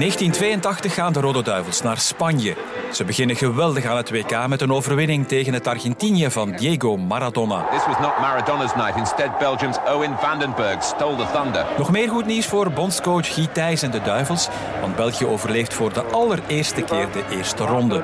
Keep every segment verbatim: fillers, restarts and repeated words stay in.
negentien tweeëntachtig gaan de Rode Duivels naar Spanje. Ze beginnen geweldig aan het W K met een overwinning tegen het Argentinië van Diego Maradona. This was not Maradona's night. Instead, Belgium's Owen Vandenberg stole the thunder. Nog meer goed nieuws voor bondscoach Guy Thys en de Duivels, want België overleeft voor de allereerste keer de eerste ronde.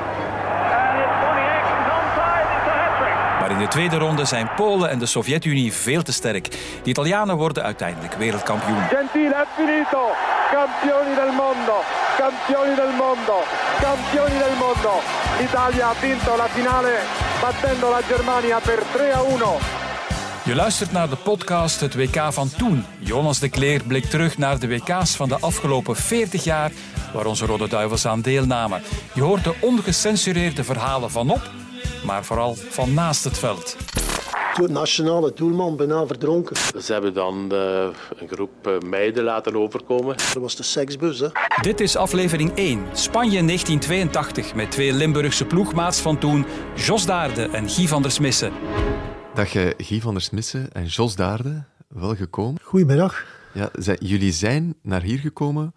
Maar in de tweede ronde zijn Polen en de Sovjet-Unie veel te sterk. De Italianen worden uiteindelijk wereldkampioen. Gentile è finito, campioni del mondo, campioni del mondo, campioni del mondo. L'Italia ha vinto la finale battendo la Germania per tre a uno. Je luistert naar de podcast Het W K van toen. Jonas de Cleer blikt terug naar de W K's van de afgelopen veertig jaar waar onze Rode Duivels aan deelnamen. Je hoort de ongecensureerde verhalen vanop, maar vooral van naast het veld. De nationale doelman bijna verdronken. Ze hebben dan uh, een groep uh, meiden laten overkomen. Dat was de seksbus, hè. Dit is aflevering één, Spanje negentien tweeëntachtig, met twee Limburgse ploegmaats van toen, Jos Daerde en Guy van der Smissen. Dag Guy van der Smissen en Jos Daerde, wel gekomen. Goedemiddag. Ja, zij, jullie zijn naar hier gekomen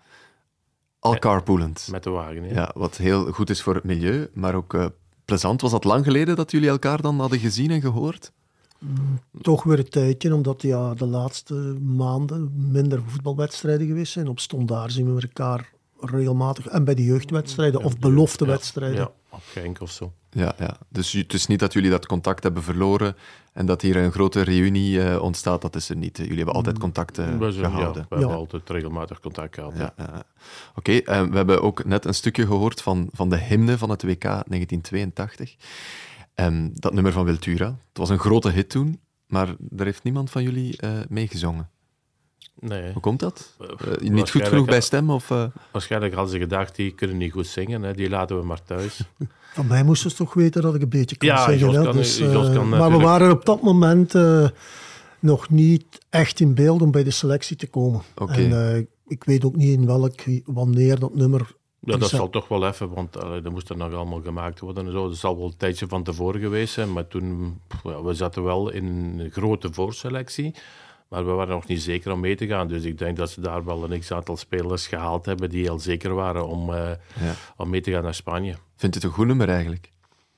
al carpoolend. Met de wagen, ja. Ja, wat heel goed is voor het milieu, maar ook uh, plezant. Was dat lang geleden dat jullie elkaar dan hadden gezien en gehoord? Toch weer een tijdje, omdat ja, de laatste maanden minder voetbalwedstrijden geweest zijn. Op Standaard zien we elkaar regelmatig. En bij de jeugdwedstrijden ja, of beloftewedstrijden. Ja, ja, op Genk of zo. Ja, ja. Dus het is niet dat jullie dat contact hebben verloren en dat hier een grote reunie uh, ontstaat. Dat is er niet. Jullie hebben altijd contact uh, we zijn, gehouden. Ja, we ja. hebben altijd regelmatig contact gehad. Ja, ja. Oké, okay, uh, we hebben ook net een stukje gehoord van, van de hymne van het W K negentien tweeëntachtig. Um, dat nummer van Wiltura. Het was een grote hit toen, maar daar heeft niemand van jullie uh, meegezongen. Nee. Hoe komt dat? Uh, niet goed genoeg bij stem? Of, uh... Waarschijnlijk hadden ze gedacht, die kunnen niet goed zingen, hè. Die laten we maar thuis. Van mij moesten ze toch weten dat ik een beetje kan ja, zingen. Jos Kan, dus, uh, Jos kan maar natuurlijk... we waren op dat moment uh, nog niet echt in beeld om bij de selectie te komen. Okay. En uh, ik weet ook niet in welk, wanneer dat nummer... Ja, dat zal toch wel even, want uh, dat moest er nog allemaal gemaakt worden en zo. Dat zal wel een tijdje van tevoren geweest zijn, maar toen, pff, ja, we zaten wel in een grote voorselectie, maar we waren nog niet zeker om mee te gaan. Dus ik denk dat ze daar wel een x-aantal spelers gehaald hebben die al zeker waren om, uh, ja. om mee te gaan naar Spanje. Vindt je het een goed nummer eigenlijk?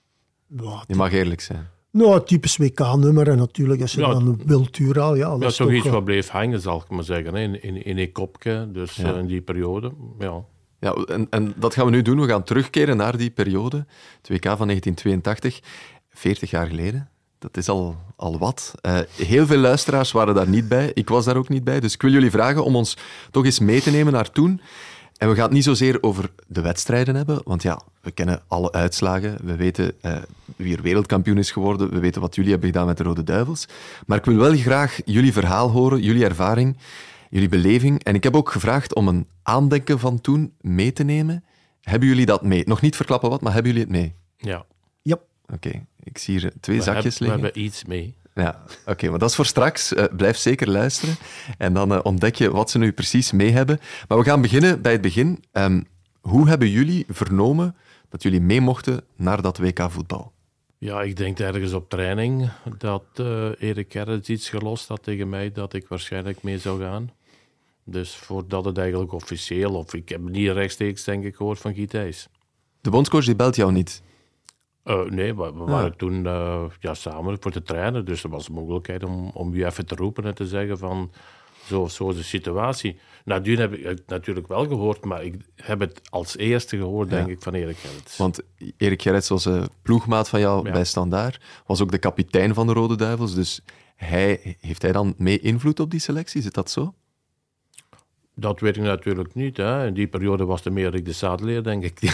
Ja, je mag eerlijk zijn. Nou, typisch W K-nummer en natuurlijk als je ja, dan Wiltura... Ja, dat ja, is toch toch iets uh... wat bleef hangen, zal ik maar zeggen, hè, in, in, in een kopje, dus ja. uh, in die periode, ja. Ja, en, en dat gaan we nu doen. We gaan terugkeren naar die periode. Het W K van negentien tweeëntachtig, veertig jaar geleden. Dat is al, al wat. Uh, heel veel luisteraars waren daar niet bij. Ik was daar ook niet bij. Dus ik wil jullie vragen om ons toch eens mee te nemen naar toen. En we gaan het niet zozeer over de wedstrijden hebben, want ja, we kennen alle uitslagen. We weten uh, wie er wereldkampioen is geworden. We weten wat jullie hebben gedaan met de Rode Duivels. Maar ik wil wel graag jullie verhaal horen, jullie ervaring, jullie beleving. En ik heb ook gevraagd om een aandenken van toen mee te nemen. Hebben jullie dat mee? Nog niet verklappen wat, maar hebben jullie het mee? Ja. Ja. Oké, okay. Ik zie hier twee we zakjes heb, liggen. We hebben iets mee. Ja, oké, okay, maar dat is voor straks. Uh, blijf zeker luisteren. En dan uh, ontdek je wat ze nu precies mee hebben. Maar we gaan beginnen bij het begin. Um, hoe hebben jullie vernomen dat jullie mee mochten naar dat W K voetbal? Ja, ik denk ergens op training dat uh, Erik Gerrits iets gelost had tegen mij dat ik waarschijnlijk mee zou gaan. Dus voordat het eigenlijk officieel, of ik heb niet rechtstreeks denk ik gehoord van Guy Thys. De bondscoach die belt jou niet? Uh, nee, we, we waren ja. toen uh, ja, samen voor te trainen, dus er was een mogelijkheid om, om je even te roepen en te zeggen van zo of zo is de situatie. Nadien heb ik het natuurlijk wel gehoord, maar ik heb het als eerste gehoord, denk ja. ik, van Erik Gerrits. Want Erik Gerrits was een ploegmaat van jou ja. bij Standaard, was ook de kapitein van de Rode Duivels, dus hij, heeft hij dan mee invloed op die selectie? Zit dat zo? Dat weet ik natuurlijk niet. Hè. In die periode was er meer Rick de Sadeleer, denk ik, die,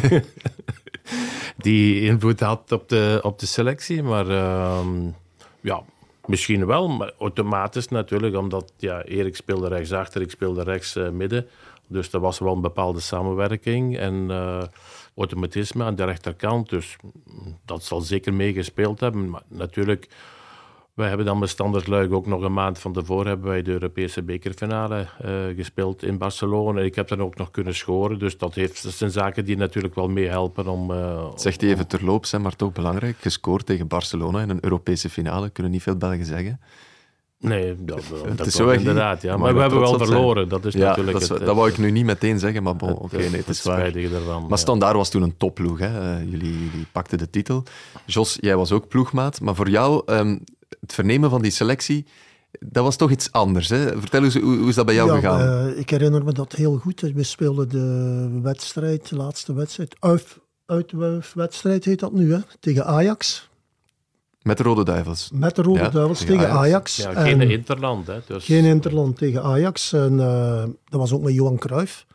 die invloed had op de, op de selectie. Maar uh, ja, misschien wel, maar automatisch natuurlijk, omdat ja, Erik speelde rechtsachter, ik speelde rechts uh, midden. Dus er was wel een bepaalde samenwerking en uh, automatisme aan de rechterkant. Dus dat zal zeker meegespeeld hebben. Maar natuurlijk... Wij hebben dan met Standard Luik ook nog een maand van tevoren hebben wij de Europese bekerfinale uh, gespeeld in Barcelona. Ik heb dan ook nog kunnen scoren, dus dat, heeft, dat zijn zaken die natuurlijk wel meehelpen om... Uh, Zegt hij even terloops, maar toch belangrijk, gescoord tegen Barcelona in een Europese finale, kunnen niet veel Belgen zeggen. Nee, dat, dat, dat is wel zo inderdaad. Ja. Maar, maar we hebben wel verloren. Zijn. Dat is ja, natuurlijk dat, is, het, dat wou ik nu niet meteen zeggen, maar bon, oké, okay, nee, het is waar. Ervan, maar ja. Standaard was toen een topploeg. Hè. Uh, jullie, jullie pakten de titel. Jos, jij was ook ploegmaat, maar voor jou, um, het vernemen van die selectie, dat was toch iets anders. Hè? Vertel eens, hoe, hoe is dat bij jou ja, gegaan? Uh, ik herinner me dat heel goed. We speelden de wedstrijd, de laatste wedstrijd, uit, uitwedstrijd heet dat nu, hè, tegen Ajax. Met de Rode Duivels. Met de Rode ja, Duivels tegen, tegen Ajax. Ajax. Ja, geen en, interland. Hè, dus... Geen interland tegen Ajax. En uh, dat was ook met Johan Cruijff.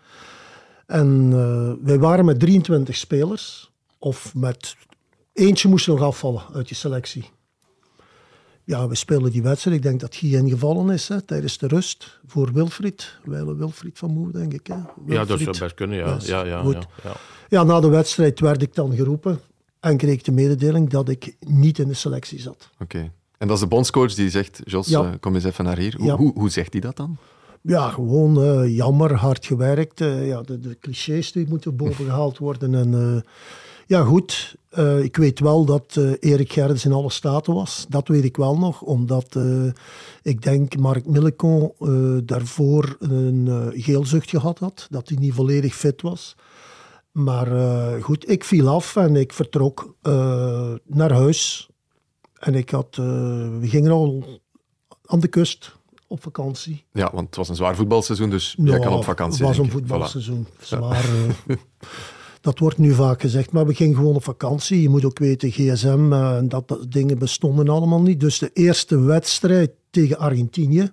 En uh, wij waren met drieëntwintig spelers. Of met eentje moest nog afvallen uit die selectie. Ja, we speelden die wedstrijd. Ik denk dat Guy ingevallen is hè, tijdens de rust voor Wilfried. Wijle Wilfried van Moe, denk ik. Hè. Ja, dat zou best kunnen. Ja. Yes. Ja, ja, Goed. Ja, ja. ja, na de wedstrijd werd ik dan geroepen. En kreeg ik de mededeling dat ik niet in de selectie zat. Oké. Okay. En dat is de bondscoach die zegt, Jos, ja. uh, kom eens even naar hier. Hoe, ja. hoe, hoe zegt hij dat dan? Ja, gewoon uh, jammer, hard gewerkt. Uh, ja, de, de clichés die moeten bovengehaald worden. En uh, ja, goed. Uh, ik weet wel dat uh, Erik Gerrits in alle staten was. Dat weet ik wel nog. Omdat uh, ik denk Marc Millecon uh, daarvoor een uh, geelzucht gehad had. Dat hij niet volledig fit was. Maar uh, goed, ik viel af en ik vertrok uh, naar huis. En ik had, uh, we gingen al aan de kust op vakantie. Ja, want het was een zwaar voetbalseizoen, dus ja, jij kan op vakantie. Het was een voetbalseizoen. Voilà. Zwaar. Uh, dat wordt nu vaak gezegd, maar we gingen gewoon op vakantie. Je moet ook weten, G S M en uh, dat, dat dingen bestonden allemaal niet. Dus de eerste wedstrijd tegen Argentinië,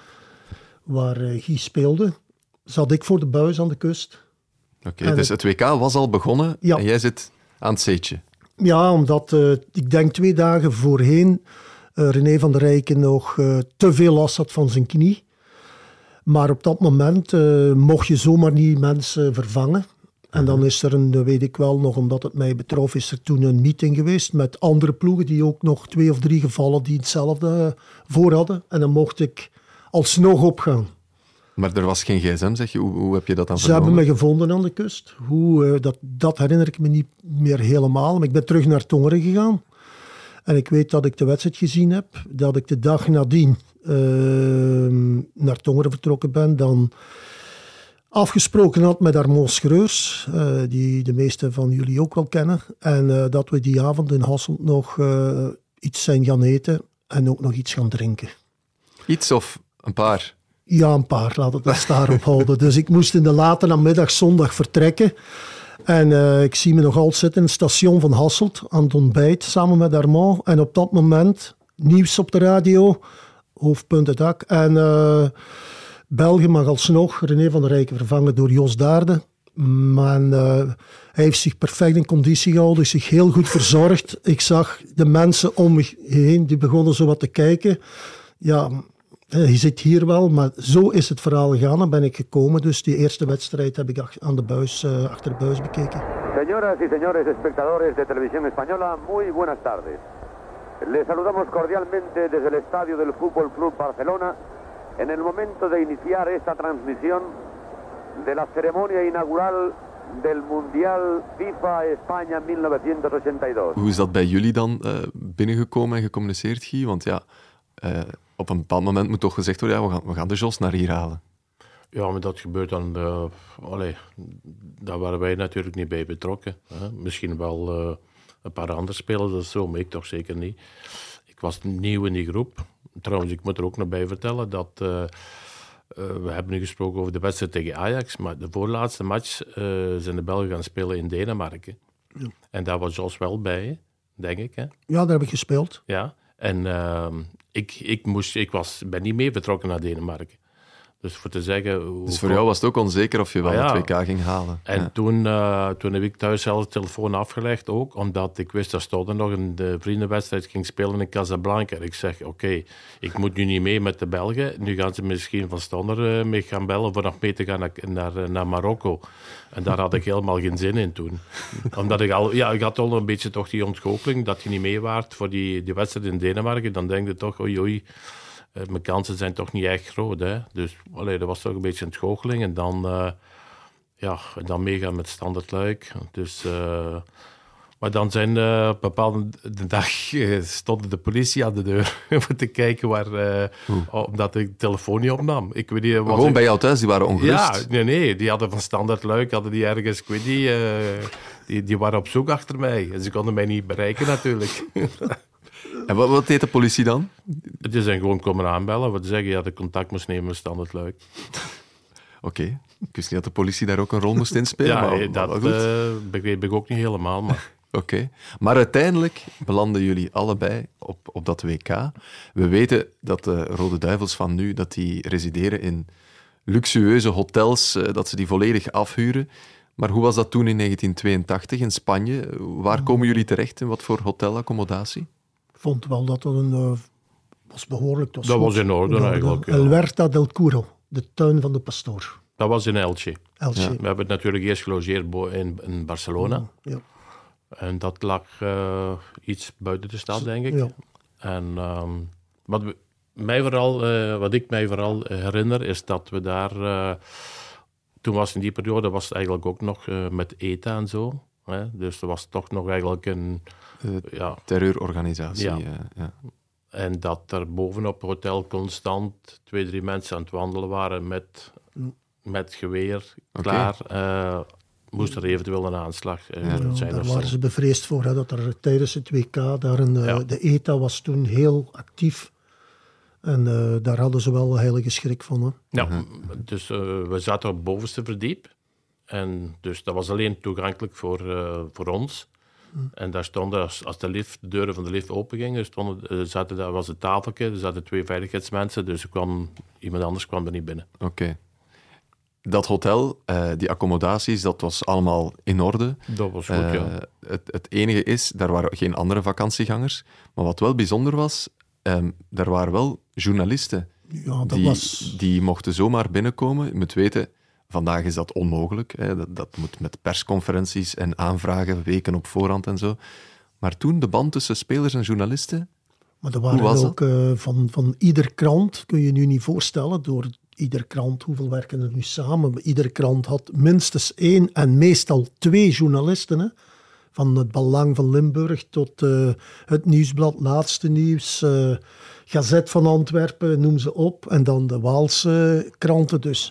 waar uh, Guy speelde, zat ik voor de buis aan de kust. Oké, okay, dus het W K was al begonnen ja. en jij zit aan het zeetje. Ja, omdat uh, ik denk twee dagen voorheen uh, René van der Rijken nog uh, te veel last had van zijn knie. Maar op dat moment uh, mocht je zomaar niet mensen vervangen. En dan is er een, weet ik wel nog, omdat het mij betrof, is er toen een meeting geweest met andere ploegen die ook nog twee of drie gevallen die hetzelfde voor hadden. En dan mocht ik alsnog opgaan. Maar er was geen gsm, zeg je? Hoe, hoe heb je dat dan Ze vernomen? hebben me gevonden aan de kust. Hoe, uh, dat, dat herinner ik me niet meer helemaal. Maar ik ben terug naar Tongeren gegaan. En ik weet dat ik de wedstrijd gezien heb. Dat ik de dag nadien uh, naar Tongeren vertrokken ben. Dan afgesproken had met Armand Schreurs. Uh, die de meeste van jullie ook wel kennen. En uh, dat we die avond in Hasselt nog uh, iets zijn gaan eten. En ook nog iets gaan drinken. Iets of een paar? Ja, een paar, laat het ons daarop houden. Dus ik moest in de late namiddag zondag vertrekken. En uh, ik zie me nog altijd zitten in het station van Hasselt aan het ontbijt, samen met Armand. En op dat moment, nieuws op de radio, hoofdpunt het dak. En uh, België mag alsnog René van der Rijken vervangen door Jos Daerde. Maar uh, hij heeft zich perfect in conditie gehouden, zich heel goed verzorgd. Ik zag de mensen om me heen, die begonnen zo wat te kijken. Ja... Je zit hier wel, maar zo is het verhaal gegaan. Dan ben ik gekomen, dus die eerste wedstrijd heb ik aan de buis, uh, achter de buis bekeken. Señoras y señores espectadores de Televisión Española, muy buenas tardes. Les saludamos cordialmente desde el estadio del Fútbol Club Barcelona en el momento de iniciar esta transmisión de la ceremonia inaugural del Mundial FIFA España mil novecientos ochenta y dos. Hoe is dat bij jullie dan uh, binnengekomen en gecommuniceerd, Guy? Want ja... Uh, Op een bepaald moment moet toch gezegd worden, ja, we, gaan, we gaan de Jos naar hier halen. Ja, maar dat gebeurt dan... Uh, allee, daar waren wij natuurlijk niet bij betrokken. Hè. Misschien wel uh, een paar andere spelers, dat is zo, maar ik toch zeker niet. Ik was nieuw in die groep. Trouwens, ik moet er ook nog bij vertellen dat... Uh, uh, we hebben nu gesproken over de wedstrijd tegen Ajax, maar de voorlaatste match uh, zijn de Belgen gaan spelen in Denemarken. Ja. En daar was Jos wel bij, denk ik. Hè? Ja, daar heb ik gespeeld. Ja, en... Uh, Ik, ik, moest, ik was, ben niet mee vertrokken naar Denemarken. Dus voor te zeggen... Hoe, dus voor jou was het ook onzeker of je wel ah, ja. het W K ging halen. En ja. toen, uh, toen heb ik thuis zelf de telefoon afgelegd ook, omdat ik wist dat Stodder nog een de vriendenwedstrijd ging spelen in Casablanca. En ik zeg, oké, okay, ik moet nu niet mee met de Belgen. Nu gaan ze misschien van Stodder uh, mee gaan bellen voor nog mee te gaan naar, naar, naar Marokko. En daar had ik helemaal geen zin in toen. Omdat ik al... Ja, ik had al een beetje toch die ontgoocheling dat je niet mee waart voor die, die wedstrijd in Denemarken. Dan denk je toch, oei oei... Uh, mijn kansen zijn toch niet echt groot. Hè? Dus allee, dat was toch een beetje een ontgoocheling. En dan, uh, ja, dan meegaan met Standard Luik. Dus uh, Maar dan zijn uh, op een bepaalde de dag uh, stond de politie aan de deur om te kijken waar, uh, omdat ik de telefoon niet opnam. Ik weet niet, was Gewoon ik... bij jou thuis, die waren ongerust? Ja, nee, nee, die hadden van Standaard Luik, hadden die ergens, ik weet niet, uh, die, die waren op zoek achter mij. En ze konden mij niet bereiken natuurlijk. En wat, wat deed de politie dan? Die zijn gewoon komen aanbellen, wat zeggen, ja, de contact moest nemen met Standaard Luik. Oké, okay. Ik wist niet dat de politie daar ook een rol moest inspelen. Ja, maar, dat maar uh, begreep ik ook niet helemaal, maar... Oké, okay. Maar uiteindelijk belanden jullie allebei op, op dat W K. We weten dat de Rode Duivels van nu dat die resideren in luxueuze hotels, uh, dat ze die volledig afhuren. Maar hoe was dat toen in negentien tweeëntachtig in Spanje? Waar komen jullie terecht en wat voor hotelaccommodatie? Ik vond wel dat dat een, uh, was behoorlijk. Was dat goed. was in orde ja, eigenlijk. Ja. El Huerta del Curo, de tuin van de pastoor. Dat was in Elche. Elche. Ja. We hebben het natuurlijk eerst gelogeerd in, in Barcelona. Ja. En dat lag uh, iets buiten de stad, denk ik. Ja. En um, wat, we, mij vooral, uh, wat ik mij vooral herinner, is dat we daar... Uh, toen was in die periode was het eigenlijk ook nog uh, met E T A en zo. Hè? Dus er was toch nog eigenlijk een... Uh, ja, terreurorganisatie. Ja. Uh, ja. En dat er bovenop het hotel constant twee, drie mensen aan het wandelen waren met, met geweer klaar. Okay. Uh, moest er eventueel een aanslag uh, ja, zijn. Daar of waren zo. ze bevreesd voor, hè, dat er tijdens het W K, daar een, ja. uh, de E T A was toen heel actief. En uh, daar hadden ze wel een heilige schrik van. Hè. Ja, uh-huh. dus uh, we zaten op het bovenste verdiep. En dus dat was alleen toegankelijk voor, uh, voor ons. Hmm. En daar stonden, als, als de, lift, de deuren van de lift opengingen, stonden, uh, zaten, daar was een tafeltje, er zaten twee veiligheidsmensen, dus er kwam, iemand anders kwam er niet binnen. Oké. Okay. Dat hotel, uh, die accommodaties, dat was allemaal in orde. Dat was goed, uh, ja. Het, het enige is, daar waren geen andere vakantiegangers. Maar wat wel bijzonder was, um, daar waren wel journalisten. Ja, dat die, was... die mochten zomaar binnenkomen. Je moet weten, vandaag is dat onmogelijk. Hè. Dat, dat moet met persconferenties en aanvragen, weken op voorhand en zo. Maar toen, de band tussen spelers en journalisten... Maar er waren ook uh, van, van ieder krant, kun je je nu niet voorstellen, door ieder krant, hoeveel werken er nu samen? Iedere krant had minstens één en meestal twee journalisten. Hè? Van het Belang van Limburg tot uh, het Nieuwsblad, Laatste Nieuws, uh, Gazet van Antwerpen, noem ze op. En dan de Waalse kranten dus.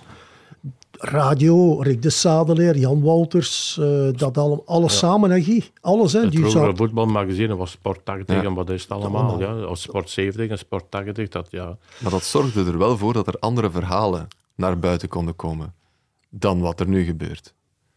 Radio, Rick de Sadeleer, Jan Wouters, uh, dat alle, alles ja. samen, hè, Guy? Alles, hè? Het die vroegere zat... voetbalmagazine was Sport tachtig ja. en wat is het allemaal? allemaal. Ja, of Sport zeventig en Sport tachtig, dat ja. Maar dat zorgde er wel voor dat er andere verhalen naar buiten konden komen dan wat er nu gebeurt.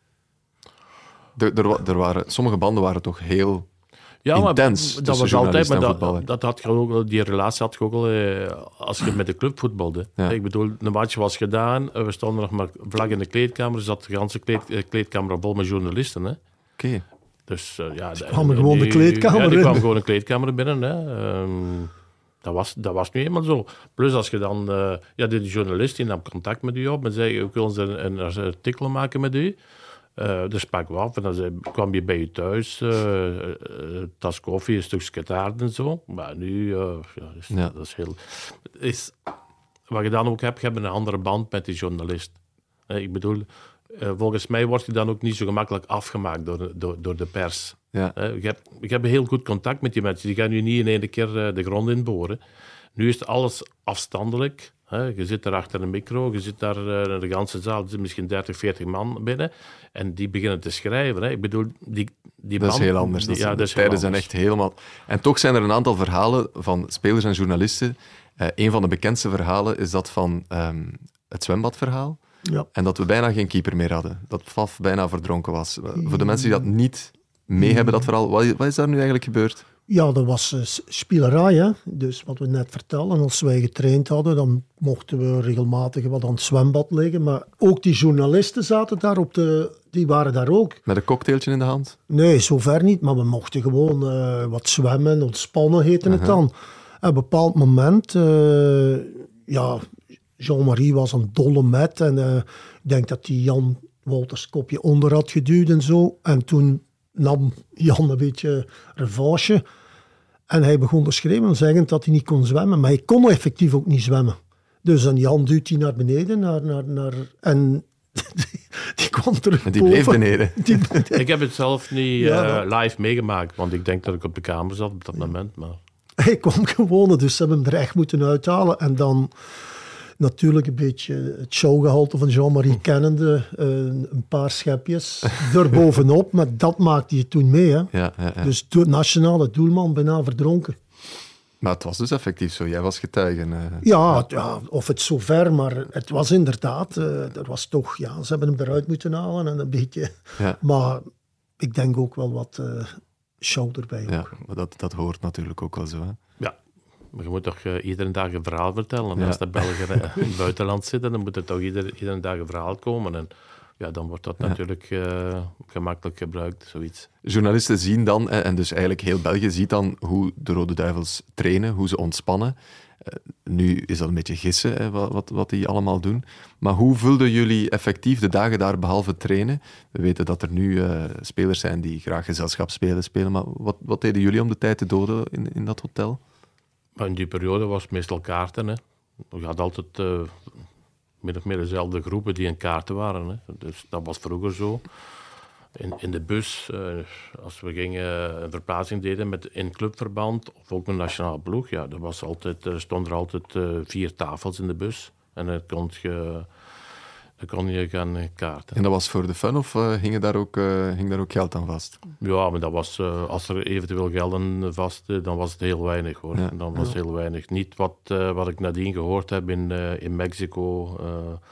Er, er, er waren, sommige banden waren toch heel... Ja, intens maar dat was altijd, maar dat, dat, dat had je ook, die relatie had je ook al eh, als je met de club voetbalde. Ja. Ik bedoel, de match was gedaan, we stonden nog maar vlak in de kleedkamer, zat de hele kleed, kleedkamer vol met journalisten. Oké. Okay. Dus uh, ja, die kwamen gewoon de kleedkamer ja, die in. kwamen gewoon de kleedkamer binnen. Hè. Um, dat, was, dat was nu eenmaal zo. Plus als je dan, uh, ja, de journalist die nam contact met u op en zei, ik wil een, een, een artikel maken met u. Uh, daar sprak we af en dan zei, kwam je bij je thuis, uh, uh, tas koffie, een stukje taart en zo. Maar nu, uh, ja, is, ja. dat is heel... Is, wat je dan ook hebt, je hebt een andere band met die journalist. Uh, ik bedoel, uh, volgens mij wordt je dan ook niet zo gemakkelijk afgemaakt door, door, door de pers. Ja. Uh, ik, heb, ik heb heel goed contact met die mensen, die gaan nu niet in één keer uh, de grond inboren. Nu is alles afstandelijk. He, je zit daar achter een micro, je zit daar uh, in de ganse zaal, er zitten misschien dertig, veertig man binnen en die beginnen te schrijven. Hè. Ik bedoel, die, die dat man, is heel anders. Die, dat ja, de dat is tijden heel zijn anders. echt helemaal... En toch zijn er een aantal verhalen van spelers en journalisten. Uh, een van de bekendste verhalen is dat van um, het zwembadverhaal. Ja. En dat we bijna geen keeper meer hadden. Dat Faf bijna verdronken was. Uh, voor de mensen die dat niet mee hebben, dat verhaal, wat, wat is daar nu eigenlijk gebeurd? Ja, dat was uh, spielerij. Hè? Dus wat we net vertelden, als wij getraind hadden, dan mochten we regelmatig wat aan het zwembad liggen. Maar ook die journalisten zaten daar op de... Die waren daar ook. Met een cocktailtje in de hand? Nee, zover niet. Maar we mochten gewoon uh, wat zwemmen, ontspannen heette het uh-huh. dan. En op een bepaald moment... Uh, ja, Jean-Marie was een dolle met. En uh, ik denk dat die Jan Wolters kopje onder had geduwd en zo. En toen nam Jan een beetje revanche. En hij begon te schreeuwen en zeggen dat hij niet kon zwemmen. Maar hij kon effectief ook niet zwemmen. Dus en Jan duwt hij naar beneden. Naar, naar, naar, en die, die kwam terug En die bleef boven. beneden. Die, Ik heb het zelf niet Ja, uh, live meegemaakt, want ik denk dat ik op de kamer zat op dat moment. Maar... hij kwam gewoon, dus ze hebben hem er echt moeten uithalen. En dan natuurlijk een beetje het showgehalte van Jean-Marie kennende. Een, een paar schepjes erbovenop, maar dat maakte hij toen mee. Hè. Ja, ja, ja. Dus de nationale doelman bijna verdronken. Maar het was dus effectief zo. Jij was getuige. Uh, Ja, ja, of het zover, maar het was inderdaad... Uh, er was toch, ja, ze hebben hem eruit moeten halen en een beetje... Ja. Maar ik denk ook wel wat uh, show erbij. Ook. Ja, maar dat, dat hoort natuurlijk ook wel zo. Hè? Ja, maar je moet toch uh, iedere dag een verhaal vertellen. En Ja. als de Belgen uh, in het buitenland zitten, dan moet er toch ieder, iedere dag een verhaal komen. En ja, dan wordt dat Ja. natuurlijk uh, gemakkelijk gebruikt, zoiets. Journalisten zien dan, en dus eigenlijk heel België ziet dan hoe de Rode Duivels trainen, hoe ze ontspannen. Uh, nu is dat een beetje gissen, hè, wat, wat, wat die allemaal doen. Maar hoe vulden jullie effectief de dagen daar behalve trainen? We weten dat er nu uh, spelers zijn die graag gezelschapsspelen spelen, maar wat, wat deden jullie om de tijd te doden in, in dat hotel? Maar in die periode was het meestal kaarten. Hè. Je had altijd uh, min of meer dezelfde groepen die in kaarten waren. Hè. Dus dat was vroeger zo. In, in de bus, uh, als we gingen een verplaatsing deden met in clubverband of ook een nationale ploeg, ja, er was altijd, er stonden er altijd uh, vier tafels in de bus. En dan kon je, dan kon je gaan kaarten. En dat was voor de fun of uh, hing, daar ook, uh, hing daar ook geld aan vast? Ja, maar dat was, uh, als er eventueel geld aan vast, uh, dan was het heel weinig hoor. Ja. Dan was het heel weinig. Niet wat, uh, wat ik nadien gehoord heb in, uh, in Mexico, uh,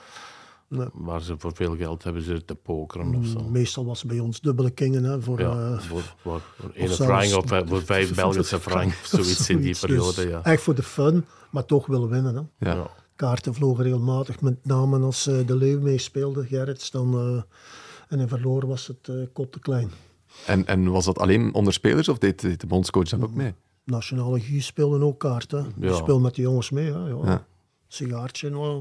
Nee. waar ze voor veel geld hebben ze te pokeren of zo. Meestal was het bij ons dubbele kingen. Hè, voor, Ja, uh, voor, voor, voor of ene zelfs- frank of uh, voor vijf Belgische frank, of zoiets in die zoiets. periode. Dus Ja. echt voor de fun, maar toch willen winnen. Hè. Ja. Ja. Kaarten vlogen regelmatig, met name als uh, de Leeuw meespeelde, Gerrits. Dan, uh, en hij verloor was het uh, kot te klein. En, en was dat alleen onder spelers of deed, deed de bondscoach dan ook mee? Nationale Guy speelden ook kaarten. Die Ja. speelden met de jongens mee. Hè, ja. Ja. Sigaartje nou,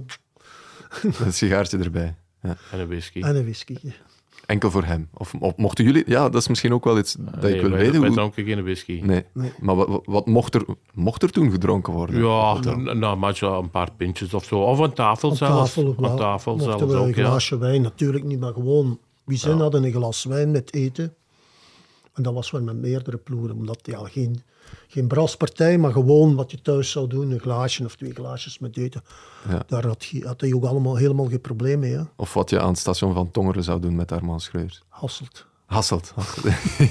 Een sigaartje erbij. Ja. En een whisky. en een whisky. Enkel voor hem. Of, of mochten jullie... Ja, dat is misschien ook wel iets dat Nee, ik wil wij, weten. wij Hoe... dronken geen whisky. Nee. Nee. Maar wat, wat mocht, er, mocht er toen gedronken worden? Ja, nou, maar zo een paar pintjes of zo. Of aan tafel Op zelfs. tafel, wel. Aan tafel Mochten zelfs we ook, een ja. glaasje wijn, natuurlijk niet, maar gewoon... Wie zin Ja. hadden een glas wijn met eten. En dat was wel met meerdere ploegen. Omdat, ja, geen, geen braspartij, maar gewoon wat je thuis zou doen. Een glaasje of twee glaasjes met eten. Ja. Daar had, je- had hij ook allemaal, helemaal geen probleem mee. Hè. Of wat je aan het station van Tongeren zou doen met Armand Schreurs? Hasselt. Hasselt. Hasselt.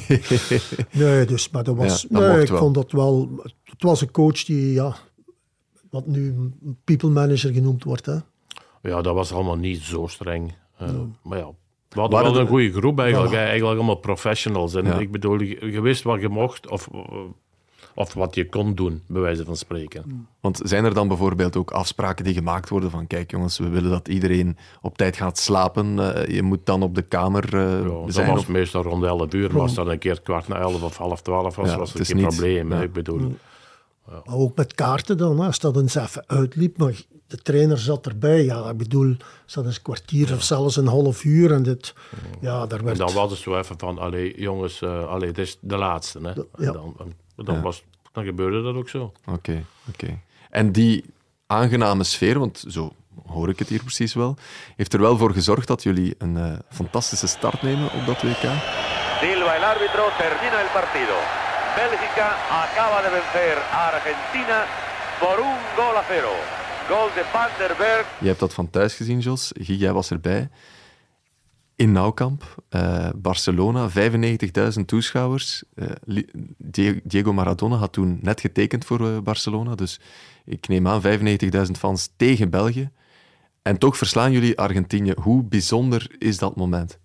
Nee, dus, maar dat was... Ja, dat nee, mocht ik wel. vond dat wel... Het was een coach die, ja... Wat nu people manager genoemd wordt, hè. Ja, dat was allemaal niet zo streng. Uh, Maar ja, we hadden Waren wel er- een goede groep eigenlijk. Voilà. hè. Eigenlijk allemaal professionals. En Ja. ik bedoel, je, je wist wat je mocht of, of wat je kon doen, bij wijze van spreken. Want zijn er dan bijvoorbeeld ook afspraken die gemaakt worden van kijk jongens, we willen dat iedereen op tijd gaat slapen. Uh, je moet dan op de kamer uh, Ja, dat zijn. was Of... meestal rond elf uur. Maar als dat een keer kwart na elf of half twaalf was, Ja, was het het is geen niet- probleem. hè. ja. Ik bedoel, Maar ook met kaarten dan, hè. Als dat eens even uitliep, maar de trainer zat erbij. Ja, ik bedoel, zat eens een kwartier of zelfs een half uur. En dit, ja, daar en werd... dan was het zo even van, allee, jongens, uh, allee, dit is de laatste. Hè. Ja. En dan, en dan, Ja. was, dan gebeurde dat ook zo. Oké, oké. En die aangename sfeer, want zo hoor ik het hier precies wel, heeft er wel voor gezorgd dat jullie een uh, fantastische start nemen op dat W K. Silva el árbitro, termina el partido. Bélgica acaba de vencer a Argentina por un gol a cero. Gol de Van der Berg. Je hebt dat van thuis gezien, Jos. Guy, jij was erbij. In Noukamp, uh, Barcelona, vijfennegentigduizend toeschouwers. Uh, Li- Diego Maradona had toen net getekend voor uh, Barcelona, dus ik neem aan vijfennegentigduizend fans tegen België. En toch verslaan jullie Argentinië. Hoe bijzonder is dat moment?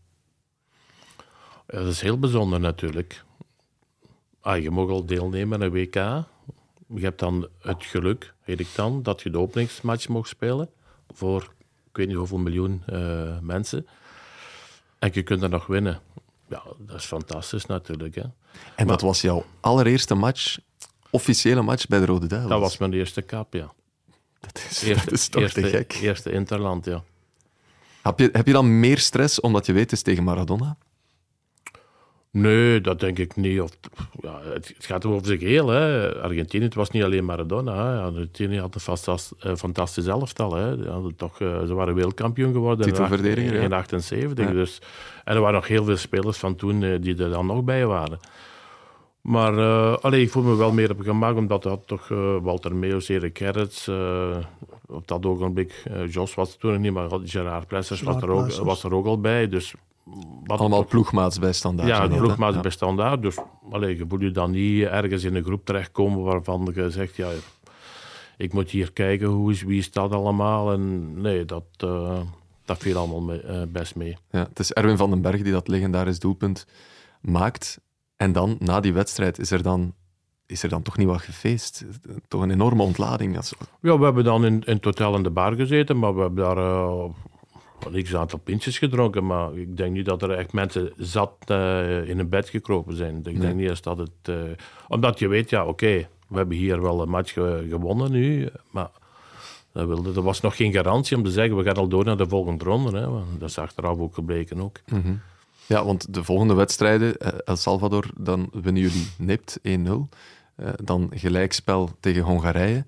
Ja, dat is heel bijzonder natuurlijk. Ah, je mag al deelnemen aan een W K. Je hebt dan het geluk, weet ik dan, dat je de openingsmatch mag spelen voor ik weet niet hoeveel miljoen uh, mensen. En je kunt er nog winnen. Ja, dat is fantastisch natuurlijk. Hè. En Maar, dat was jouw allereerste match, officiële match bij de Rode Duivels. dat was mijn eerste kap, ja. Dat is, Eerste, dat is toch eerste, te gek. Eerste interland, ja. Heb je, heb je dan meer stress omdat je weet het is tegen Maradona? Nee, dat denk ik niet. Of, ja, het, het gaat over zich heel. Hè. Argentinië, het was niet alleen Maradona. Hè. Argentinië had een fantastisch, uh, fantastisch elftal. Hè. Die hadden toch, uh, ze waren wereldkampioen geworden Titelverdediger, in ja. achtenzeventig. Ja. Dus, en er waren nog heel veel spelers van toen uh, die er dan nog bij waren. Maar uh, allee, ik voel me wel meer op gemak, omdat dat toch uh, Walter Meeuws, Erik Gerrits, uh, op dat ogenblik, uh, Jos was er toen nog niet, maar Gerard Plessers was, er ook, was er ook al bij. Dus wat allemaal toch, ploegmaats bij Standaard. Ja, ploegmaats ja. bij Standaard. Dus allee, je moet je dan niet ergens in een groep terechtkomen waarvan je zegt, ja, ik moet hier kijken, hoe is, wie is dat allemaal? En nee, dat, uh, dat viel allemaal mee, uh, best mee. Ja, het is Erwin van den Berg die dat legendarisch doelpunt maakt. En dan, na die wedstrijd, is er dan, is er dan toch niet wat gefeest? Toch een enorme ontlading. Als... Ja, we hebben dan in, in het hotel in de bar gezeten, maar we hebben daar uh, een aantal pintjes gedronken. Maar ik denk niet dat er echt mensen zat uh, in een bed gekropen zijn. Ik denk nee. niet eens dat het... Uh, omdat je weet, ja, oké, okay, we hebben hier wel een match ge, gewonnen nu, maar dat, wilde, er was nog geen garantie om te zeggen, we gaan al door naar de volgende ronde. Hè, dat is achteraf ook gebleken ook. Mm-hmm. Ja, want de volgende wedstrijden, El Salvador, dan winnen jullie nipt één nul. Uh, dan gelijkspel tegen Hongarije.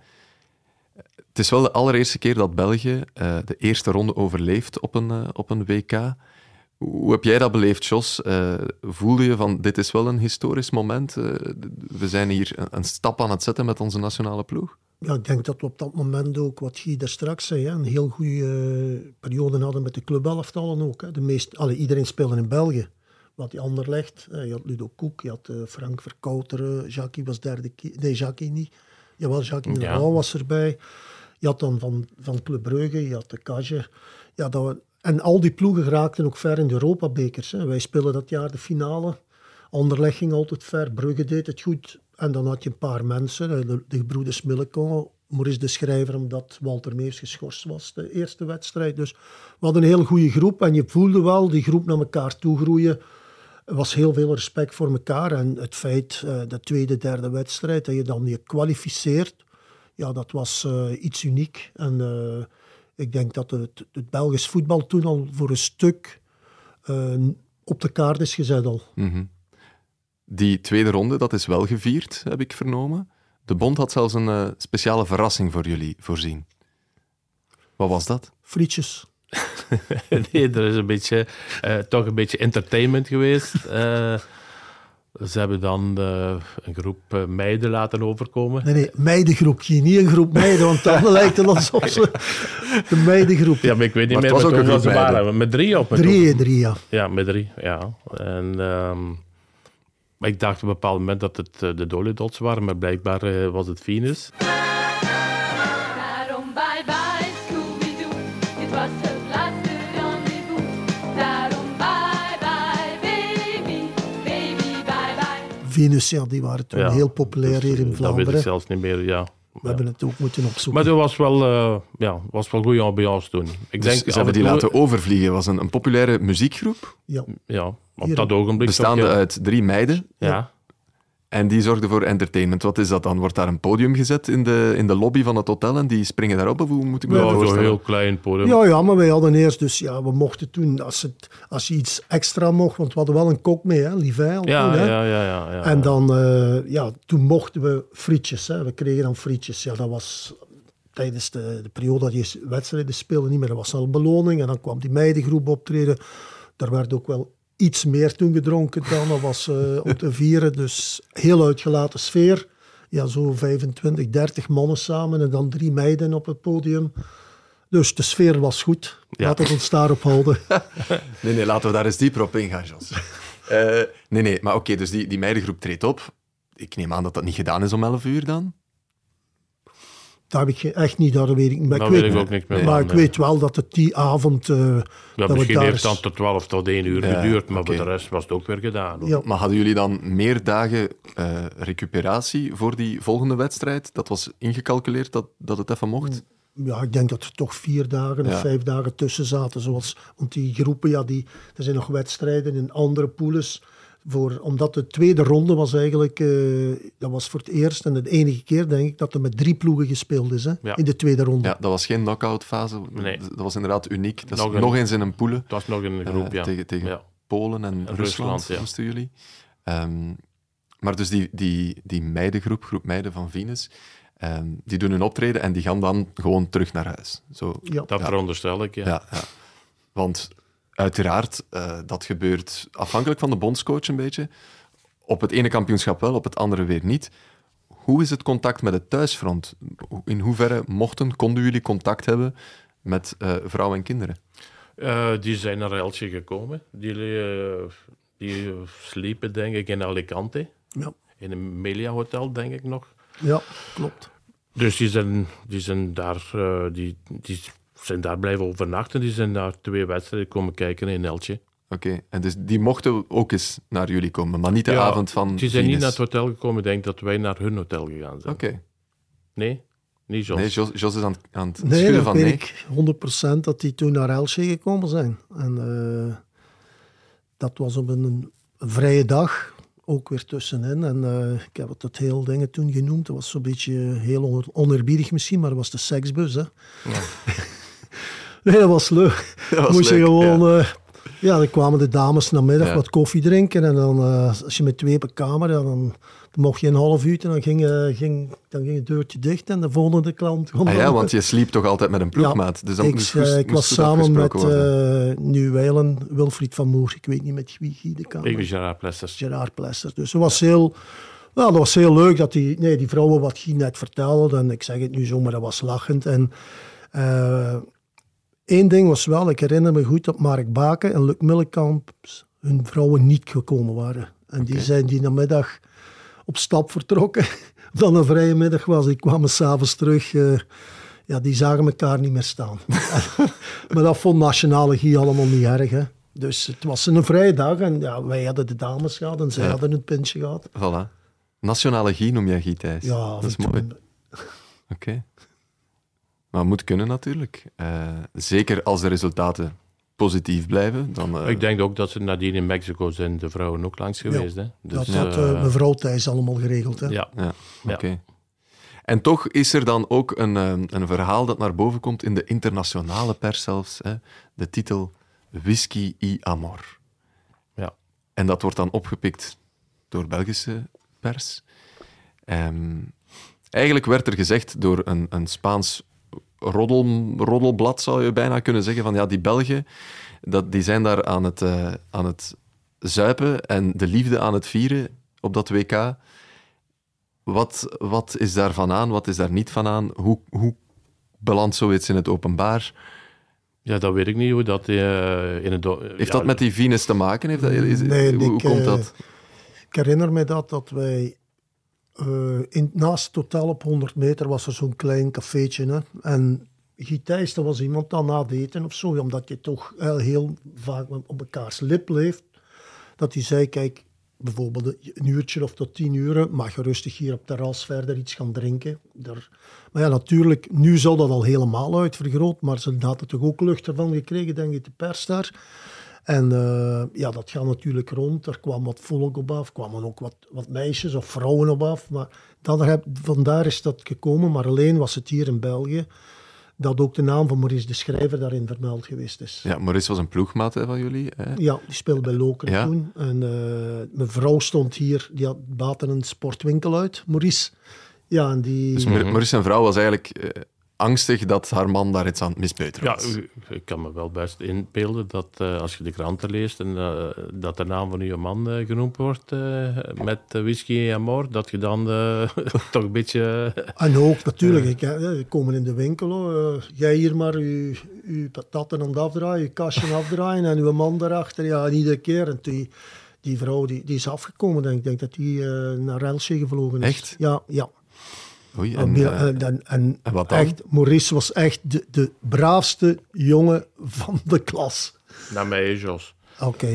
Het is wel de allereerste keer dat België uh, de eerste ronde overleeft op een, uh, op een W K. Hoe heb jij dat beleefd, Jos? Uh, voelde je van, dit is wel een historisch moment? Uh, we zijn hier een, een stap aan het zetten met onze nationale ploeg? Ja, ik denk dat we op dat moment ook, wat Guy daar straks zei, hè, een heel goede uh, periode hadden met de clubelftallen ook. Hè. De meest, allee, iedereen speelde in België. Wat die ander legt. Uh, je had Ludo Koek, je had uh, Frank Verkouteren, Jackie was derde keer. Nee, Jackie niet. Jawel, Jackie de ja. was erbij. Je had dan van, van Club Brugge, je had de Kage. Ja, dat we, en al die ploegen geraakten ook ver in de Europabekers. Hè. Wij speelden dat jaar de finale. Anderlecht ging altijd ver, Brugge deed het goed. En dan had je een paar mensen, de, de gebroeders Millekon, Maurice de Schrijver, omdat Walter Meeuws geschorst was, de eerste wedstrijd. Dus we hadden een heel goede groep en je voelde wel die groep naar elkaar toe groeien. Er was heel veel respect voor elkaar. En het feit, uh, de tweede, derde wedstrijd, dat je dan je kwalificeert, ja, dat was uh, iets uniek. En uh, ik denk dat het, het Belgisch voetbal toen al voor een stuk uh, op de kaart is gezet al. Mm-hmm. Die tweede ronde, dat is wel gevierd, heb ik vernomen. De bond had zelfs een uh, speciale verrassing voor jullie voorzien. Wat was dat? Frietjes. Nee, er is een beetje, uh, toch een beetje entertainment geweest. Uh, ze hebben dan uh, een groep uh, meiden laten overkomen. Nee, nee, meidengroep. Niet een groep meiden, want dan lijkt het alsof ze... De meidengroep. Ja, maar ik weet niet maar meer het was ook een groep ze waren. Met drie op. Met drie, drie, ja. Ja, met drie, ja. En... Um, Maar ik dacht op een bepaald moment dat het uh, de Dolidots waren, maar blijkbaar uh, was het Venus. Daarom bye bye Scooby-Doo, dit was het laatste rendezvous. Daarom bye bye baby, baby bye bye. Venus, ja, die waren toen ja, heel populair dus, hier in Vlaanderen. Dat weet ik zelfs niet meer, ja. We ja. hebben het ook moeten opzoeken. Maar er was wel, uh, ja, was wel goede ambiance toen. Ik dus denk, ze hebben die laten overvliegen. Het was een, een populaire muziekgroep. Ja. Ja, op hier, dat ogenblik. Bestaande toch, ja. uit drie meiden. Ja. ja. En die zorgden voor entertainment. Wat is dat dan? Wordt daar een podium gezet in de, in de lobby van het hotel en die springen daarop? Of hoe moet ik me ja, dat voorstellen? Een heel klein podium. Ja, ja, maar wij hadden eerst dus... Ja, we mochten toen, als, het, als je iets extra mocht... Want we hadden wel een kok mee, hè, Livij al ja, toen, hè. Ja, ja, ja, ja. En dan... Uh, ja, toen mochten we frietjes, hè. We kregen dan frietjes. Ja, dat was... Tijdens de, de periode dat je wedstrijden speelde niet meer. Dat was al beloning. En dan kwam die meidengroep optreden. Daar werd ook wel iets meer toen gedronken dan. Dat was uh, om te vieren. Dus heel uitgelaten sfeer. Ja, zo vijfentwintig, dertig mannen samen. En dan drie meiden op het podium. Dus de sfeer was goed. Ja. Laten we ons daarop houden. Nee, nee, laten we daar eens dieper op ingaan, Jos. uh, nee, nee, maar oké, okay, dus die, die meidengroep treedt op. Ik neem aan dat dat niet gedaan is om elf uur dan? Dat heb ik echt niet, dat weet ik niet. Maar dat ik weet, weet ik ook niet meer. Maar aan, ik nee. weet wel dat het die avond... Uh, ja, dat misschien we heeft het dan tot twaalf tot één uur ja, geduurd, maar okay. voor de rest was het ook weer gedaan. Ja. Maar hadden jullie dan meer dagen uh, recuperatie voor die volgende wedstrijd? Dat was ingecalculeerd dat, dat het even mocht? Ja, ik denk dat er toch vier dagen ja. of vijf dagen tussen zaten. Zoals, want die groepen, ja, die, er zijn nog wedstrijden in andere poules. Voor, omdat de tweede ronde was eigenlijk, uh, dat was voor het eerst en de enige keer, denk ik, dat er met drie ploegen gespeeld is, hè, ja. in de tweede ronde. Ja, dat was geen knock-out fase. Nee. Dat was inderdaad uniek. Dat is nog, nog een, eens in een poele. Het was nog een groep, uh, ja. Tegen, tegen ja. Polen en Rusland, Rusland, ja. moesten jullie. Um, maar dus die, die, die meidengroep, groep meiden van Venus, um, die doen hun optreden en die gaan dan gewoon terug naar huis. Zo, Ja. Dat Ja. veronderstel ik, ja. ja, ja. Want uiteraard, uh, dat gebeurt afhankelijk van de bondscoach een beetje. Op het ene kampioenschap wel, op het andere weer niet. Hoe is het contact met het thuisfront? In hoeverre mochten, konden jullie contact hebben met uh, vrouwen en kinderen? Uh, die zijn naar Elche gekomen. Die, uh, die sliepen, denk ik, in Alicante. Ja. In een Melia Hotel, denk ik nog. Ja, klopt. Dus die zijn, die zijn, daar, uh, die, die zijn daar blijven overnachten. Die zijn naar twee wedstrijden komen kijken in Elche. Oké, okay. En dus die mochten ook eens naar jullie komen, maar niet de ja, avond van die zijn Venus. niet naar het hotel gekomen. Ik denk dat wij naar hun hotel gegaan zijn. Oké. Okay. Nee? Niet Jos. Nee, Jos, Jos is aan, aan het nee, schudden van weet nee. ik honderd procent dat die toen naar Elche gekomen zijn. En uh, dat was op een, een vrije dag, ook weer tussenin. En uh, ik heb het het hele dingen toen genoemd. Dat was zo'n beetje heel oneerbiedig misschien, maar dat was de seksbus. Hè? Ja. Nee, dat was leuk. Dat was Moest leuk, je gewoon... ja. Uh, ja, dan kwamen de dames namiddag ja. wat koffie drinken. En dan, uh, als je met twee op een kamer, dan, dan mocht je een half uur en dan ging, uh, ging, dan ging het deurtje dicht en de volgende klant... Ah ja, want je sliep toch altijd met een ploegmaat? Ja, dus dan ik, moest, uh, moest, ik was moest samen met uh, nu Weilen, Wilfried van Moer. Ik weet niet met wie Guy de kamer. Ik ben Gerard Plessers. Gerard Plessers. Dus dat was heel... Nou, dat was heel leuk dat die, nee, die vrouwen wat Guy net vertelde. En ik zeg het nu zo, maar dat was lachend. En... Uh, Eén ding was wel, ik herinner me goed dat Mark Baken en Luc Millekamp hun vrouwen niet gekomen waren. En die okay. zijn die namiddag op stap vertrokken. Dan een vrije middag was, die kwamen s'avonds terug. Uh, ja, die zagen elkaar niet meer staan. Maar dat vond Nationale Guy allemaal niet erg. Hè. Dus het was een vrije dag en ja, wij hadden de dames gehad en zij ja. hadden het pintje gehad. Voilà. Nationale Guy noem jij Guy Thijs. Ja, dat is mooi. Oké. Okay. Maar het moet kunnen natuurlijk. Uh, zeker als de resultaten positief blijven. Dan, uh... Ik denk ook dat ze nadien in Mexico zijn de vrouwen ook langs geweest. Ja, hè? Dus, dat had uh, mevrouw Thijs allemaal geregeld. Hè? Ja. ja, oké. Okay. En toch is er dan ook een, een verhaal dat naar boven komt in de internationale pers zelfs. Hè? De titel Whisky y Amor. Ja. En dat wordt dan opgepikt door Belgische pers. Um, eigenlijk werd er gezegd door een, een Spaans roddel, roddelblad, zou je bijna kunnen zeggen, van ja, die Belgen, dat, die zijn daar aan het, uh, aan het zuipen en de liefde aan het vieren op dat W K. Wat, wat is daar van aan? Wat is daar niet van aan? Hoe, hoe belandt zoiets in het openbaar? Ja, dat weet ik niet hoe dat uh, in het... Do- Heeft ja, dat met die Venus te maken? Heeft dat, is, nee, hoe, hoe ik, komt dat? Uh, ik herinner me dat, dat wij... Uh, in, naast het hotel op honderd meter was er zo'n klein cafeetje. Hè? En Guy Thijs, dat was iemand dan na het eten of zo, omdat je toch uh, heel vaak op elkaars lip leeft. Dat hij zei, kijk, bijvoorbeeld een uurtje of tot tien uur, mag je rustig hier op het terras verder iets gaan drinken. Daar, maar ja, natuurlijk, nu zal dat al helemaal uitvergroot, maar ze hadden toch ook lucht ervan gekregen, denk ik, de pers daar. En uh, ja, dat gaat natuurlijk rond. Er kwam wat volk op af, kwamen ook wat, wat meisjes of vrouwen op af. Maar dat heb, vandaar is dat gekomen. Maar alleen was het hier in België dat ook de naam van Maurice de Schrijver daarin vermeld geweest is. Ja, Maurice was een ploegmaat hè, van jullie. Hè? Ja, die speelde bij Lokeren ja. toen. En uh, mijn vrouw stond hier, die had baten een sportwinkel uit, Maurice. Ja, en die... Dus Maurice zijn vrouw was eigenlijk... Uh, angstig dat haar man daar iets aan het mispeuteren was. Ja, ik kan me wel best inbeelden dat uh, als je de kranten leest en uh, dat de naam van je man uh, genoemd wordt uh, met uh, whisky en amor, dat je dan uh, toch een beetje... Uh, en ook, natuurlijk, uh, ik, we komen in de winkel, uh, jij hier maar je, je patatten aan het afdraaien, je kastje afdraaien en uw man daarachter, ja, en iedere keer. En die, die vrouw die, die is afgekomen, denk ik, denk dat die uh, naar Elche gevlogen is. Echt? Ja, ja. Oei, en, uh, en, en, en, en wat dan? Echt, Maurice was echt de, de braafste jongen van de klas. Naar mij, Jos. Oké, okay,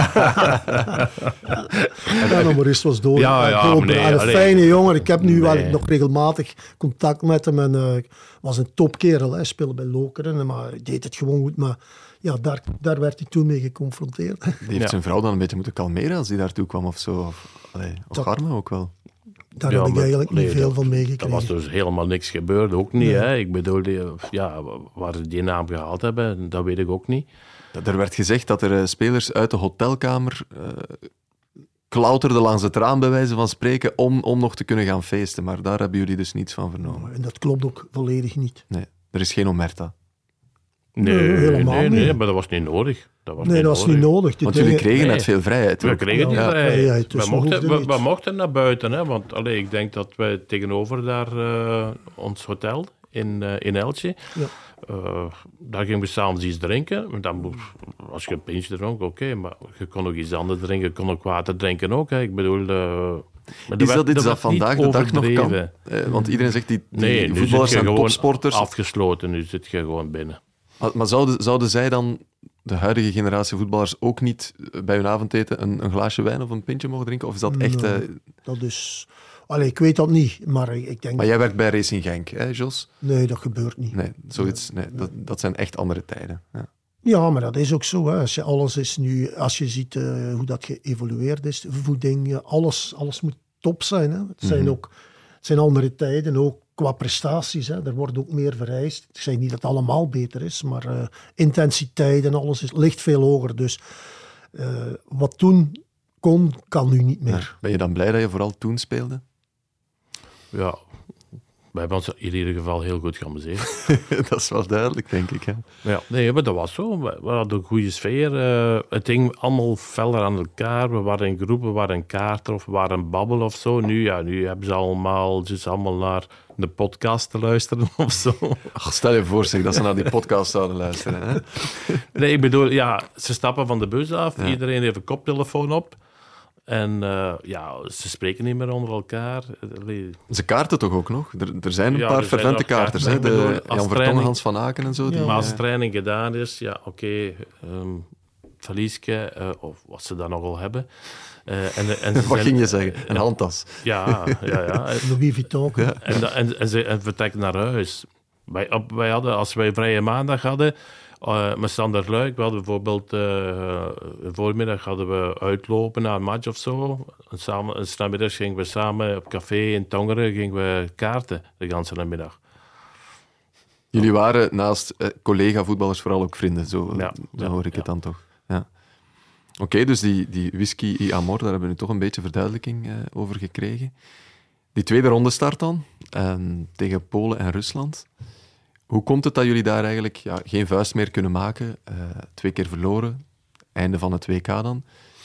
ja, nou, Maurice was dood. Ja, ja, dood, nee, een allee. fijne jongen. Ik heb nu nee. wel nog regelmatig contact met hem. En uh, was een topkerel. Hij speelde bij Lokeren, maar hij deed het gewoon goed. Maar ja, daar, daar werd hij toen mee geconfronteerd. Die heeft ja. zijn vrouw dan een beetje moeten kalmeren als hij daartoe kwam of zo. Of, allee, of Dat, Garme ook wel. Daar ja, heb ik maar, eigenlijk nee, niet veel dat, van meegekregen. Er was dus helemaal niks gebeurd, ook niet. Nee. Hè? Ik bedoel, die, ja, waar ze die naam gehaald hebben, dat weet ik ook niet. Er werd gezegd dat er uh, spelers uit de hotelkamer uh, klauterden langs het raam, bij wijze van spreken, om, om nog te kunnen gaan feesten. Maar daar hebben jullie dus niets van vernomen. En dat klopt ook volledig niet. Nee, er is geen omerta. Nee, Nee, helemaal nee, nee, niet. maar dat was niet nodig. Dat was Nee, niet dat was nodig. niet nodig. Die Want jullie dingen- kregen Nee. net veel vrijheid. We ook. kregen die Ja, vrijheid. vrijheid, dus we, we mochten, hoefden we, niet. we mochten naar buiten, hè, want allee, ik denk dat wij tegenover daar uh, ons hotel in, uh, in Elche, Ja. uh, daar gingen we s'avonds iets drinken. Dan moest, als je een pintje dronk, oké, okay, maar je kon ook iets anders drinken, je kon ook water drinken ook. Hè. Ik bedoel... Uh, maar er Is dat werd- iets er dat werd niet vandaag de dag nog kan? overdreven. Eh, want iedereen zegt, die, die Nee, nu zit voetballers je zijn gewoon topsporters. afgesloten, nu zit je gewoon binnen. Maar, maar zouden, zouden zij dan, de huidige generatie voetballers, ook niet bij hun avondeten een, een glaasje wijn of een pintje mogen drinken? Of is dat echt... Nee. eh, Dat is... Allee, ik weet dat niet, maar ik denk... Maar jij werkt bij Racing Genk, hè, Jos? Nee, dat gebeurt niet. Nee, zoiets, nee, dat, dat zijn echt andere tijden. Ja. Ja, maar dat is ook zo. Hè. Als je alles is nu... Als je ziet uh, hoe dat geëvolueerd is, de voeding, alles, alles moet top zijn. Hè. Het zijn Mhm. ook het zijn andere tijden, ook qua prestaties. Hè. Er wordt ook meer vereist. Ik zeg niet dat het allemaal beter is, maar uh, intensiteit en alles is, ligt veel hoger. Dus uh, wat toen kon, kan nu niet meer. Ja. Ben je dan blij dat je vooral toen speelde? Ja, wij hebben ons in ieder geval heel goed geamuseerd. Dat is wel duidelijk, denk ik. Hè? Ja, nee, maar dat was zo. We, we hadden een goede sfeer. Uh, het ging allemaal feller aan elkaar. We waren in groepen, we waren in kaarten of we waren een babbel of zo. Nu, ja, nu hebben ze allemaal, dus allemaal naar de podcast te luisteren of zo. Ach, stel je voor, zeg, dat ze naar die podcast zouden luisteren. Hè? Nee, ik bedoel, ja, ze stappen van de bus af. Ja. Iedereen heeft een koptelefoon op. En uh, ja, ze spreken niet meer onder elkaar. Allee. Ze kaarten toch ook nog? Er, er zijn een Ja, paar er zijn fervente nog kaarters. kaarten. Hè? Ik bedoel, De als Jan Vertongen, training- Hans van Aken en zo. Die, Maar als eh, de training gedaan is, ja, oké, okay, um, het valiesje, uh, of wat ze dan nogal hebben. Uh, en, en ze wat zijn- ging je zeggen? Een handtas. Ja, ja, ja. Louis Vuitton. Ja. En, da- en, en ze en vertrekken naar huis. Wij, op, wij hadden, als wij vrije maandag hadden, uh, met Sander Luik, we hadden bijvoorbeeld uh, een voormiddag hadden we uitlopen naar een match of zo. En samen, en 's namiddags gingen we samen op café in Tongeren gingen we kaarten de hele namiddag. Jullie waren naast eh, collega-voetballers vooral ook vrienden. Zo, Ja, zo ja, hoor ik ja. het dan toch. Ja. Oké, okay, dus die, die whisky y Amor, daar hebben we nu toch een beetje verduidelijking uh, over gekregen. Die tweede ronde start dan, um, tegen Polen en Rusland. Hoe komt het dat jullie daar eigenlijk ja, geen vuist meer kunnen maken? Uh, twee keer verloren, einde van het W K dan.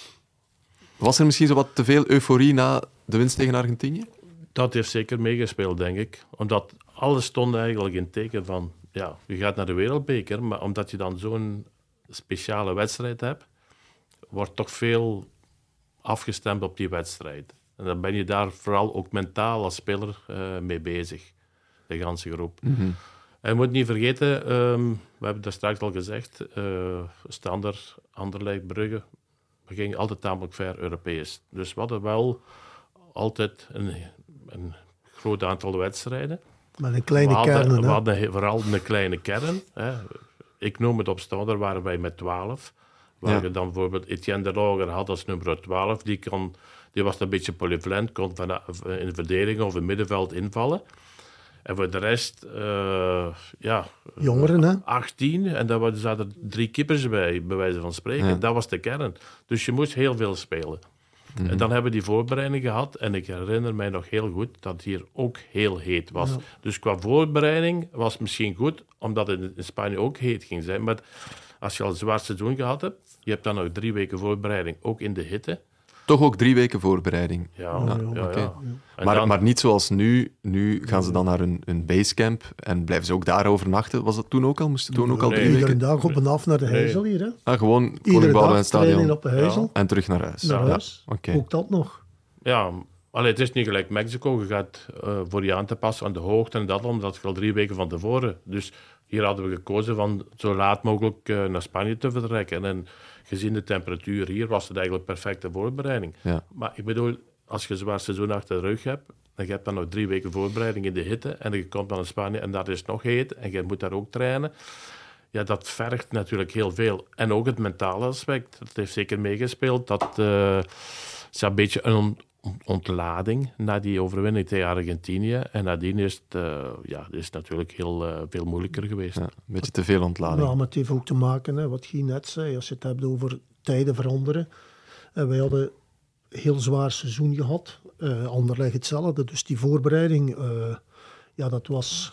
Was er misschien zo wat te veel euforie na de winst tegen Argentinië? Dat heeft zeker meegespeeld, denk ik. Omdat alles stond eigenlijk in het teken van, ja, je gaat naar de wereldbeker, maar omdat je dan zo'n speciale wedstrijd hebt, wordt toch veel afgestemd op die wedstrijd. En dan ben je daar vooral ook mentaal als speler uh, mee bezig, de hele groep. Mm-hmm. En je moet niet vergeten, um, we hebben dat straks al gezegd, uh, Standaard, Anderlecht, Brugge, we gingen altijd tamelijk ver Europees. Dus we hadden wel altijd een, een groot aantal wedstrijden. Met een kleine we hadden, kern. We hadden vooral een kleine kern. Hè. Ik noem het op Standaard, waren wij met twaalf. Waar Ja. je dan bijvoorbeeld Etienne de Loger had als nummer twaalf. Die, kon, die was een beetje polyvalent, kon van, in de verdediging of in het middenveld invallen. En voor de rest, uh, ja... Jongeren, hè? achttien. En daar zaten drie keepers bij, bij wijze van spreken. Ja. Dat was de kern. Dus je moest heel veel spelen. Mm-hmm. En dan hebben we die voorbereiding gehad. En ik herinner mij nog heel goed dat het hier ook heel heet was. Ja. Dus qua voorbereiding was het misschien goed, omdat het in Spanje ook heet ging zijn. Maar als je al een zwaar seizoen gehad hebt, je hebt dan nog drie weken voorbereiding, ook in de hitte. Toch ook drie weken voorbereiding. Ja, Ja, ja, ja, ja. oké. En Maar, dan- maar niet zoals nu. Nu gaan ze dan naar hun, hun basecamp en blijven ze ook daar overnachten. Was dat toen ook al? Moesten toen ook al Nee. drie Iedere weken? dag op en af naar de Nee. Heizel hier. Hè? Ah, gewoon Iedere Koning dag Boudewijn trainen Stadion op de Heizel. en terug naar huis. Naar Ja, huis. oké. Ook dat nog. Ja, allee, het is niet gelijk Mexico. Je gaat uh, voor je aan te passen aan de hoogte en dat, omdat je al drie weken van tevoren. Dus hier hadden we gekozen van zo laat mogelijk uh, naar Spanje te vertrekken. En gezien de temperatuur hier was het eigenlijk perfecte voorbereiding. Ja. Maar ik bedoel, als je een zwaar seizoen achter de rug hebt, dan heb je dan nog drie weken voorbereiding in de hitte en je komt dan in Spanje en dat is nog heet en je moet daar ook trainen. Ja, dat vergt natuurlijk heel veel. En ook het mentale aspect. Dat heeft zeker meegespeeld. Dat uh, ze een beetje een ontlading na die overwinning tegen Argentinië. En nadien is het, uh, ja, is het natuurlijk heel uh, veel moeilijker geweest. Ja, een beetje te veel ontlading. Ja, maar het heeft ook te maken, hè, wat Guy net zei, als je het hebt over tijden veranderen. En wij hadden een heel zwaar seizoen gehad. Uh, Anderlecht hetzelfde. Dus die voorbereiding, uh, ja, dat was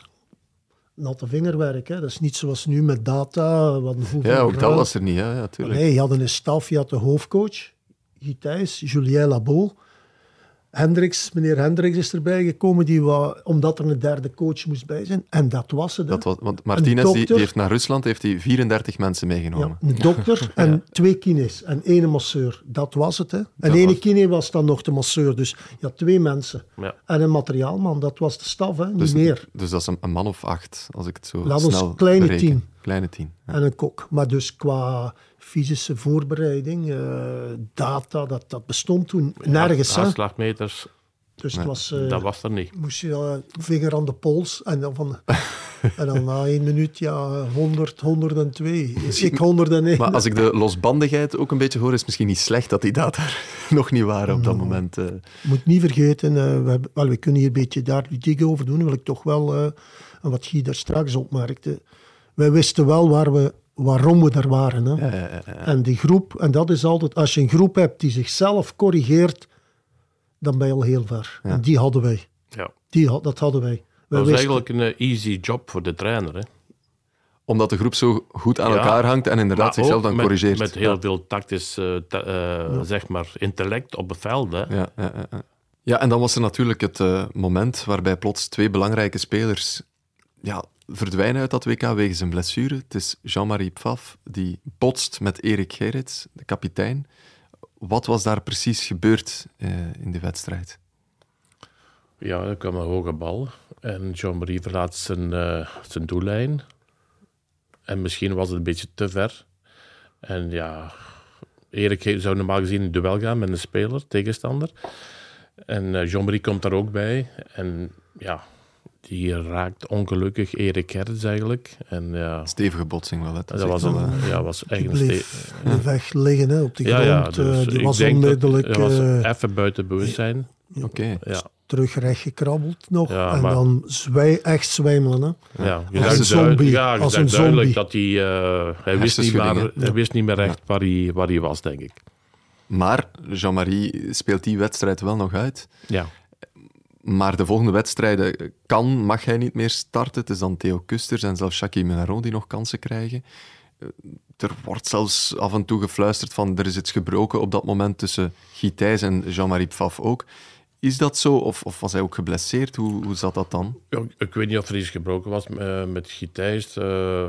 natte vingerwerk. Hè. Dat is niet zoals nu met data. Wat ja, ook dat was er niet. Hè? Ja, tuurlijk. Nee, je had een staf, je had de hoofdcoach, Guy Thijs, Julien Labo. Hendricks, meneer Hendricks is erbij gekomen, die wou, omdat er een derde coach moest bij zijn. En dat was het. Dat was, want Martinez dokter, die, die heeft naar Rusland heeft die vierendertig mensen meegenomen. Ja, een dokter en ja. twee kines en één masseur. Dat was het. Hè. En dat ene was... kine was dan nog de masseur. Dus je had twee mensen. Ja. En een materiaalman. Dat was de staf, hè, niet dus, meer. Dus dat is een, een man of acht, als ik het zo Laat snel ons kleine bereken. tien. Kleine tien. Ja. En een kok. Maar dus qua fysische voorbereiding, uh, data, dat, dat bestond toen nergens. Hartslagmeters. Dus het was, uh, dat was er niet. Moest je uh, vinger aan de pols en dan, van, en dan na één minuut ja, honderd, honderdtwee. Ik honderdéén. Maar als ik de losbandigheid ook een beetje hoor, is het misschien niet slecht dat die data nog niet waren op dat no. moment. Uh. Moet niet vergeten, uh, we, hebben, wel, we kunnen hier een beetje daar dingen over doen, wil ik toch wel, uh, wat Guy daar straks opmerkte. Wij wisten wel waar we, waarom we er waren. Hè. Ja, ja, ja, ja. En die groep, en dat is altijd, als je een groep hebt die zichzelf corrigeert, dan ben je al heel ver. Ja. En die hadden wij. Ja. Die, dat hadden wij. wij dat was wisten. eigenlijk een uh, easy job voor de trainer. Hè? Omdat de groep zo goed aan ja, elkaar hangt en inderdaad zichzelf dan met, corrigeert. Met heel ja. veel tactisch uh, ta- uh, ja. zeg maar intellect op het veld. Hè? Ja, ja, ja, ja. ja, en dan was er natuurlijk het uh, moment waarbij plots twee belangrijke spelers ja, verdwijnen uit dat W K wegens een blessure. Het is Jean-Marie Pfaff die botst met Erik Gerrits, de kapitein. Wat was daar precies gebeurd uh, in de wedstrijd? Ja, er kwam een hoge bal en Jean-Marie verlaat zijn, uh, zijn doellijn. En misschien was het een beetje te ver. En ja, Erik zou normaal gezien in duel gaan met een speler, tegenstander. En uh, Jean-Marie komt daar ook bij. En ja, die raakt ongelukkig Erik Gerrits eigenlijk. En, ja, stevige botsing wel. Hè, dat was, een, uh, ja, was echt die een bleef uh, weg liggen hè, op de ja, grond. Ja, dus uh, die was onmiddellijk... Dat, was uh, even buiten bewustzijn. Oké. Okay. Ja. Terug recht gekrabbeld nog. Ja, en maar... dan zwij, echt zwijmelen. Hè. Ja, je als een zombie. Ja, je als zag een duidelijk zombie. dat hij... Uh, hij, wist niet maar, ja. hij wist niet meer echt ja. waar, hij, waar hij was, denk ik. Maar Jean-Marie speelt die wedstrijd wel nog uit. Ja. Maar de volgende wedstrijden kan, mag hij niet meer starten. Het is dan Theo Kusters en zelfs Jackie Menaron die nog kansen krijgen. Er wordt zelfs af en toe gefluisterd van er is iets gebroken op dat moment tussen Guy Thijs en Jean-Marie Pfaff ook. Is dat zo? Of, of was hij ook geblesseerd? Hoe, hoe zat dat dan? Ja, ik weet niet of er iets gebroken was uh, met Guy Thijs. Uh,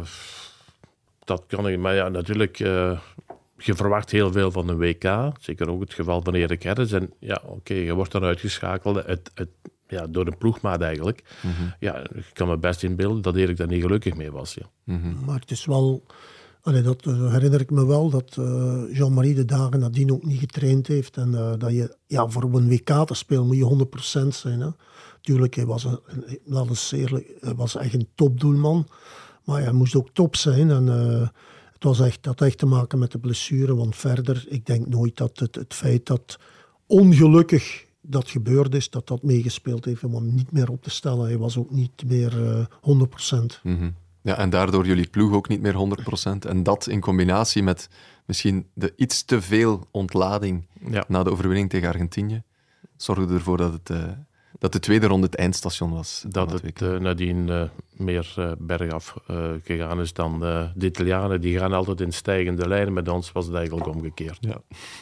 dat kan ik. Maar ja, natuurlijk... Uh, je verwacht heel veel van een W K. Zeker ook het geval van Erik Gerrits. En ja, oké, okay, je wordt dan uitgeschakeld uit, uit, ja, door een ploegmaat eigenlijk. Mm-hmm. Ja, ik kan me best inbeelden dat Erik daar niet gelukkig mee was. Ja. Mm-hmm. Maar het is wel... Allee, dat uh, herinner ik me wel, dat uh, Jean-Marie de dagen nadien ook niet getraind heeft. En uh, dat je, ja, voor op een W K te spelen moet je honderd procent zijn. Hè. Tuurlijk, hij was, een, laat eens eerlijk, hij was echt een topdoelman. Maar hij moest ook top zijn. En... Uh, Het was echt, dat had echt te maken met de blessure, want verder, ik denk nooit dat het, het feit dat ongelukkig dat gebeurd is, dat dat meegespeeld heeft om hem niet meer op te stellen. Hij was ook niet meer uh, honderd procent. Mm-hmm. Ja, en daardoor jullie ploeg ook niet meer honderd procent. En dat in combinatie met misschien de iets te veel ontlading ja. na de overwinning tegen Argentinië, zorgde ervoor dat het... Uh, dat de tweede ronde het eindstation was. Dat het uh, nadien uh, meer uh, bergaf uh, gegaan is dan uh, de Italianen. Die gaan altijd in stijgende lijnen. Met ons was het eigenlijk omgekeerd. Ja.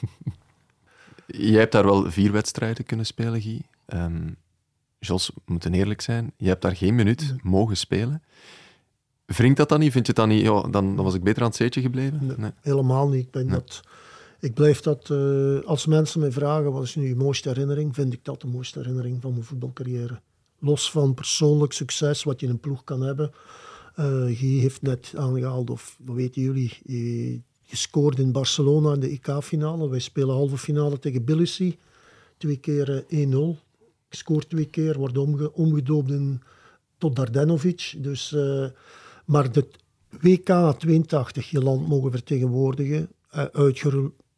Jij hebt daar wel vier wedstrijden kunnen spelen, Guy. Um, Jos, we moeten eerlijk zijn. Je hebt daar geen minuut nee. mogen spelen. Wringt dat dan niet? Vind je het dan niet? Ja, dan, dan was ik beter aan het zeetje gebleven? Nee, nee. Helemaal niet. Ik ben nee. dat... Ik blijf dat, uh, als mensen mij vragen wat is nu je mooiste herinnering, vind ik dat de mooiste herinnering van mijn voetbalcarrière. Los van persoonlijk succes, wat je in een ploeg kan hebben. Uh, Guy heeft net aangehaald, of wat weten jullie, je, je scoort in Barcelona in de I K-finale. Wij spelen halve finale tegen Tbilisi. Twee keer uh, één nul. Ik scoor twee keer, wordt omge, omgedoopt in, tot Dardenovic. Dus, uh, maar de W K tweeëntachtig, je land mogen vertegenwoordigen, uh, uitgerold.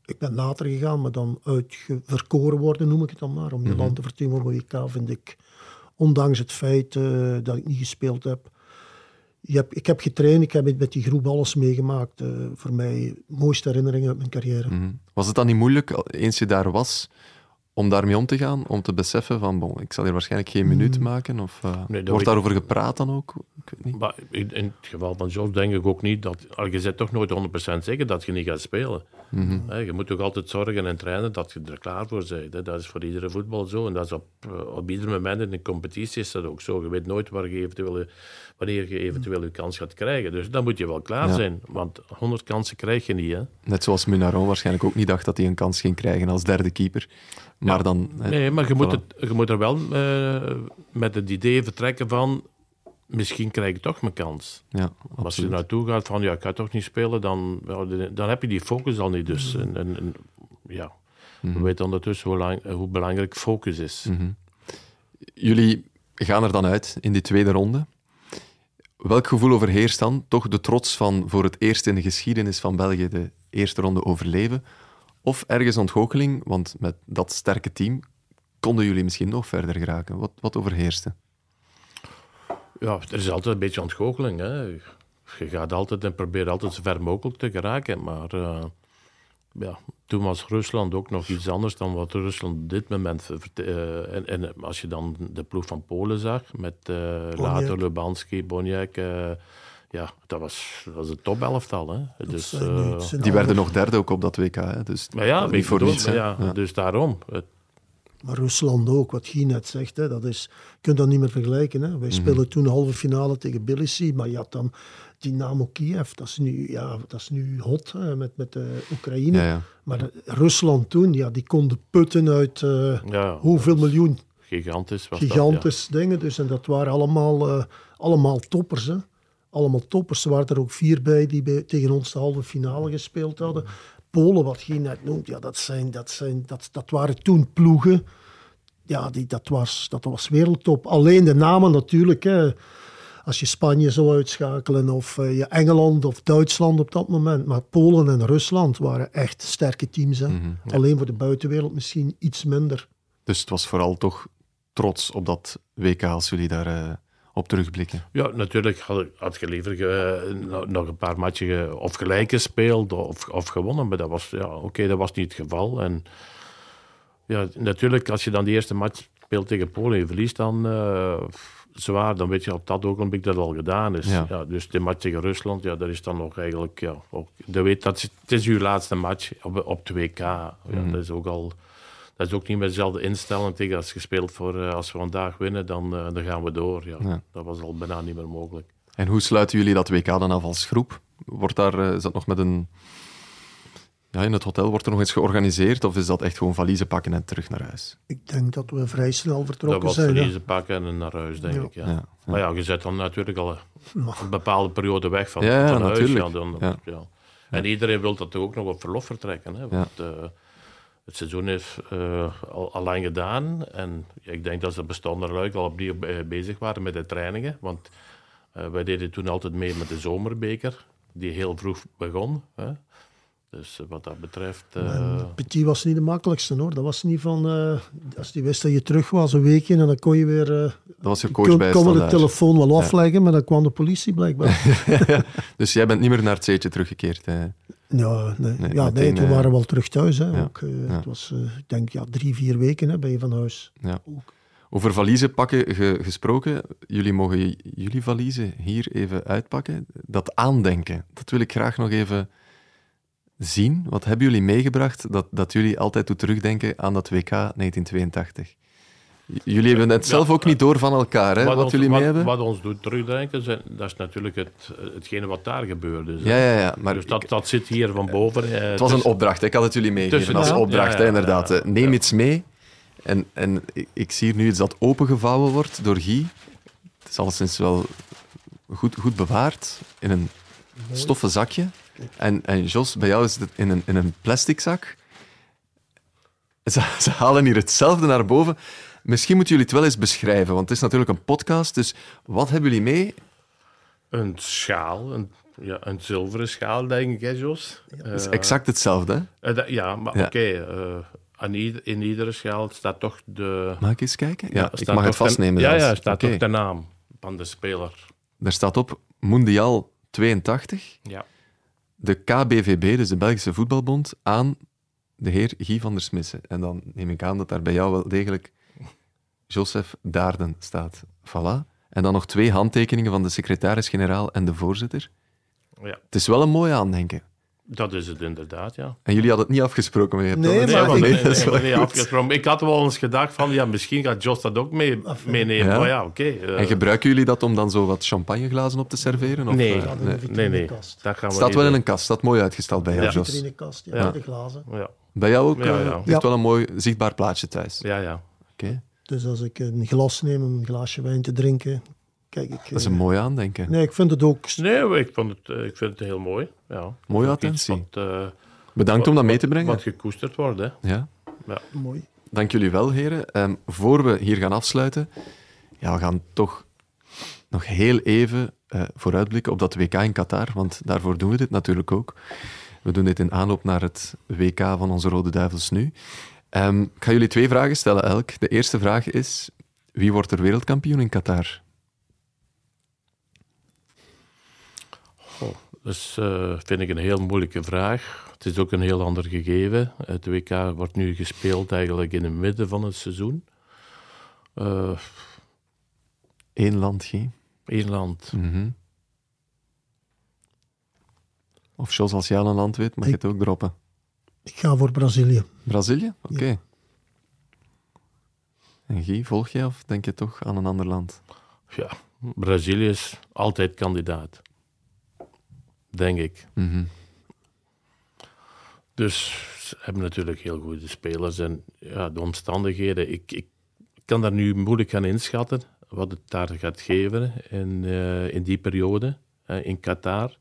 ik ben later gegaan, maar dan uitverkoren worden, noem ik het dan maar. Om je Mhm. land te vertegenwoordigen op W K vind ik, ondanks het feit uh, dat ik niet gespeeld heb. Je heb. Ik heb getraind, ik heb met die groep alles meegemaakt. Uh, voor mij mooiste herinneringen uit mijn carrière. Mhm. Was het dan niet moeilijk, eens je daar was, om daarmee om te gaan? Om te beseffen van, bon, ik zal hier waarschijnlijk geen minuut maken? Of uh, Nee, dat wordt weet- daarover gepraat dan ook? Ik weet niet. Maar in, in het geval van Jos denk ik ook niet dat... al, Je bent toch nooit honderd procent zeker dat je niet gaat spelen. Mhm. Hè, je moet toch altijd zorgen en trainen dat je er klaar voor bent. Hè. Dat is voor iedere voetbal zo. En dat is op, uh, op ieder moment in een competitie is dat ook zo. Je weet nooit waar je eventueel, wanneer je eventueel je kans gaat krijgen. Dus dan moet je wel klaar Ja. zijn. Want honderd kansen krijg je niet. Hè. Net zoals Munaron waarschijnlijk ook niet dacht dat hij een kans ging krijgen als derde keeper. Maar Ja. dan... hè, Nee, maar je moet, voilà. het, je moet er wel uh, met het idee vertrekken van... Misschien krijg ik toch mijn kans. Ja, Maar als je absoluut. er naartoe gaat van, ja, ik ga toch niet spelen, dan, ja, dan heb je die focus al niet. Dus en, en, en, ja, we weten ondertussen hoe, lang, hoe belangrijk focus is. Mhm. Jullie gaan er dan uit in die tweede ronde. Welk gevoel overheerst dan? Toch de trots van voor het eerst in de geschiedenis van België de eerste ronde overleven? Of ergens ontgoocheling, want met dat sterke team konden jullie misschien nog verder geraken. Wat, wat overheerste? Ja, er is altijd een beetje ontgoocheling. Hè. Je gaat altijd en probeert altijd zo ver mogelijk te geraken. Maar uh, ja, toen was Rusland ook nog iets anders dan wat Rusland op dit moment... Uh, en, en als je dan de ploeg van Polen zag, met uh, later Lubanski, Boniek... Uh, ja, dat was, dat was een topelftal. Hè. Dus, zijn nu- uh, het zijn Die werden alle- nog derde ook op dat W K. Hè? Dus maar ja, dat ik niet voor bedoel, niets. hè. ja, Ja. dus daarom. Het, Maar Rusland ook, wat Guy net zegt, hè, dat is, je kunt dat niet meer vergelijken. Hè. Mhm. Wij speelden toen de halve finale tegen Tbilisi, maar je had dan Dynamo Kiev, dat is nu, ja, dat is nu hot hè, met, met de Oekraïne. Ja, ja. Maar de- Rusland toen, ja, die konden putten uit uh, ja, hoeveel miljoen gigantisch was gigantisch dingen. Dus, en dat waren allemaal, uh, allemaal toppers. Hè. Allemaal toppers. Er waren er ook vier bij die bij, tegen ons de halve finale gespeeld hadden. Polen, wat Guy net noemt, ja, dat, zijn, dat, zijn, dat, dat waren toen ploegen. Ja, die, dat, was, dat was wereldtop. Alleen de namen natuurlijk. Hè. Als je Spanje zou uitschakelen of uh, je Engeland of Duitsland op dat moment. Maar Polen en Rusland waren echt sterke teams. Hè. Mhm, ja. Alleen voor de buitenwereld misschien iets minder. Dus het was vooral toch trots op dat W K als jullie daar uh, op terugblikken. Ja, natuurlijk had, had je liever ge, nog, nog een paar matchen ge, of gelijk gespeeld of, of gewonnen. Maar dat was, ja, oké, okay, dat was niet het geval. En ja, natuurlijk, als je dan die eerste match speelt tegen Polen en je verliest dan uh, zwaar, dan weet je op dat ogenblik dat het al gedaan is. Ja. Ja, dus de match tegen Rusland, ja, dat is dan nog eigenlijk... Ja, ook, dat weet, dat is, het is uw laatste match op, op het W K. Ja, Mhm. dat is ook al... Dat is ook niet met dezelfde instelling tegen als gespeeld voor uh, als we vandaag winnen, dan, uh, dan gaan we door. Ja. Ja. Dat was al bijna niet meer mogelijk. En hoe sluiten jullie dat W K dan af als groep? Wordt daar, uh, is dat nog met een... Ja, in het hotel wordt er nog eens georganiseerd of is dat echt gewoon valiezen pakken en terug naar huis? Ik denk dat we vrij snel Dat vertrokken was zijn. hè. verliezen pakken en naar huis, denk Ja. ik. Ja. Ja, ja. Maar ja, je zet dan natuurlijk al Maar- een bepaalde periode weg van, Ja, van huis. natuurlijk. Ja, dan, Ja. ja. En iedereen wil dat ook nog op verlof vertrekken. Hè, want uh, het seizoen is uh, al, al lang gedaan. En ja, ik denk dat ze bestonden leuk al opnieuw uh, bezig waren met de trainingen. Want uh, wij deden toen altijd mee met de zomerbeker, die heel vroeg begon. Hè. Dus uh, wat dat betreft... Uh, En Petit was niet de makkelijkste hoor. Dat was niet van, uh, als die wist dat je terug was een weekje en dan kon je weer... Uh, Dat was je coach kon, bij kon we de Standaard. telefoon wel afleggen, maar dan kwam de politie blijkbaar. Dus jij bent niet meer naar het zeetje teruggekeerd? Hè? Ja, nee, Nee, ja, meteen, nee, toen eh, waren we al terug thuis. Hè, ja, ook, uh, ja. Het was, uh, ik denk, ja, drie, vier weken hè, ben je van huis. Ja. Ook. Over valiezen pakken ge- gesproken. Jullie mogen j- jullie valiezen hier even uitpakken. Dat aandenken, dat wil ik graag nog even zien. Wat hebben jullie meegebracht dat, dat jullie altijd doet terugdenken aan dat W K negentien tweeëntachtig? J- Jullie hebben het zelf Ja, ook niet door van elkaar, hè, wat, ons, jullie mee wat, hebben. wat ons doet terugdenken, zijn, dat is natuurlijk het, hetgene wat daar gebeurde. Dus, Ja, ja, ja. Maar dus dat, dat zit hier van boven. Eh, het was een opdracht, hè. Ik had het jullie meegegeven tussen- als ja. opdracht, Ja, hè, ja, inderdaad. ja, hè. Neem ja. iets mee. En, en ik, ik zie hier nu iets dat opengevouwen wordt door Guy. Het is alleszins wel goed, goed bewaard in een stoffen zakje. En, en Jos, bij jou is het in een, in een plastic zak. Ze, ze halen hier hetzelfde naar boven. Misschien moeten jullie het wel eens beschrijven, want het is natuurlijk een podcast. Dus wat hebben jullie mee? Een schaal, een Ja, een zilveren schaal, denk ik, hè, Jos? Dat is exact hetzelfde, hè? Uh, dat, ja, maar Ja. oké. Okay, uh, aan ieder, in iedere schaal staat toch de... Mag ik eens kijken? Ja, Ja, ik staat mag het toch vastnemen. De, ja, zelfs. ja, staat Oké. toch de naam van de speler. Er staat op Mondial tweeëntachtig, Ja. de K B V B, dus de Belgische Voetbalbond, aan de heer Guy van der Smissen. En dan neem ik aan dat daar bij jou wel degelijk Joseph Daarden staat. Voilà. En dan nog twee handtekeningen van de secretaris-generaal en de voorzitter. Ja, Het is wel een mooi aandenken. dat is het inderdaad, ja. En jullie hadden het niet afgesproken, maar je hebt Nee, wel maar- gezegd van, want- nee, dat is wel nee, goed. afgesproken. Ik had wel eens gedacht van, ja, misschien gaat Jos dat ook mee, meenemen. Ja. Maar ja, oké. Okay, uh, En gebruiken jullie dat om dan zo wat champagneglazen op te serveren? Of, nee, eh, Ja, in de nee, nee, nee. vitrinekast. Dat gaan we Staat niet wel in doen. een kast, staat mooi uitgestald bij jou, Ja. Jos. Vitrinekast, ja, Ja. de glazen. Ja, Bij jou ook? Ja, eh, ja. Echt Ja. wel een mooi zichtbaar plaatje thuis. ja, ja. Oké. Dus als ik een glas neem om een glaasje wijn te drinken, kijk ik... Dat is een mooi aandenken. Nee, ik vind het ook... Nee, ik, vond het, uh, ik vind het heel mooi. Ja. Mooie Ook iets attentie. Wat, uh, Bedankt om dat mee te brengen. Wat gekoesterd wordt, hè. Ja. Mooi. Dank jullie wel, heren. Um, voor we hier gaan afsluiten, ja, we gaan toch nog heel even uh, vooruitblikken op dat W K in Qatar, want daarvoor doen we dit natuurlijk ook. We doen dit in aanloop naar het W K van onze Rode Duivels nu. Um, ik ga jullie twee vragen stellen, elk. De eerste vraag is, wie wordt er wereldkampioen in Qatar? Oh, dus uh, vind ik een heel moeilijke vraag. Het is ook een heel ander gegeven. Het W K wordt nu gespeeld eigenlijk in het midden van het seizoen. Uh, Eén land, Guy. Eén land. Mm-hmm. Of Jos, als jij al een land weet, mag je Ik- het ook droppen. Ik ga voor Brazilië. Brazilië? Oké. Ja. En Guy, volg jij of denk je toch aan een ander land? Ja, Brazilië is altijd kandidaat. Denk ik. Mm-hmm. Dus ze hebben natuurlijk heel goede spelers. En ja, de omstandigheden, ik, ik kan daar nu moeilijk gaan inschatten wat het daar gaat geven in, uh, in die periode, uh, in Qatar.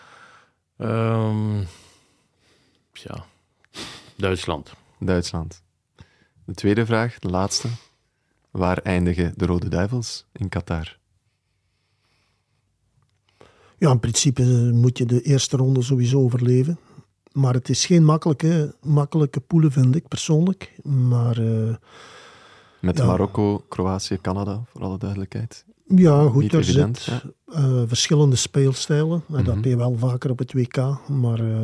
Um, ja, Duitsland. Duitsland. De tweede vraag, de laatste. Waar eindigen de Rode Duivels in Qatar? Ja, in principe moet je de eerste ronde sowieso overleven. Maar het is geen makkelijke, makkelijke poelen, vind ik persoonlijk. Maar uh, Met ja. Marokko, Kroatië, Canada, voor alle duidelijkheid. ja, goed, Niet er evident, zit uh, verschillende speelstijlen. En Mhm. dat heb je wel vaker op het W K. Maar uh,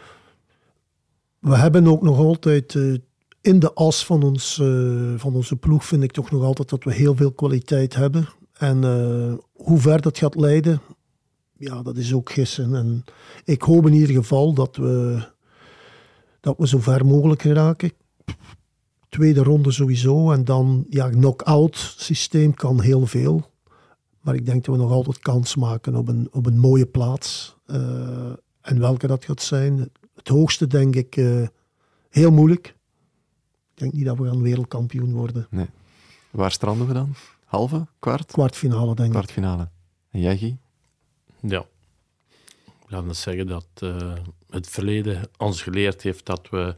we hebben ook nog altijd... Uh, in de as van, ons, uh, van onze ploeg vind ik toch nog altijd dat we heel veel kwaliteit hebben. En uh, hoe ver dat gaat leiden... Ja, dat is ook gissen. En ik hoop in ieder geval dat we, dat we zo ver mogelijk geraken. Tweede ronde sowieso. En dan, ja, knock-out systeem kan heel veel. Maar ik denk dat we nog altijd kans maken op een, op een mooie plaats. Uh, en welke dat gaat zijn. Het hoogste denk ik uh, heel moeilijk. Ik denk niet dat we gaan wereldkampioen worden. Nee. Waar stranden we dan? Halve? Kwart? Kwartfinale denk ik. Kwartfinale. En jij, Guy? Ja. Laten we zeggen dat uh, het verleden ons geleerd heeft dat we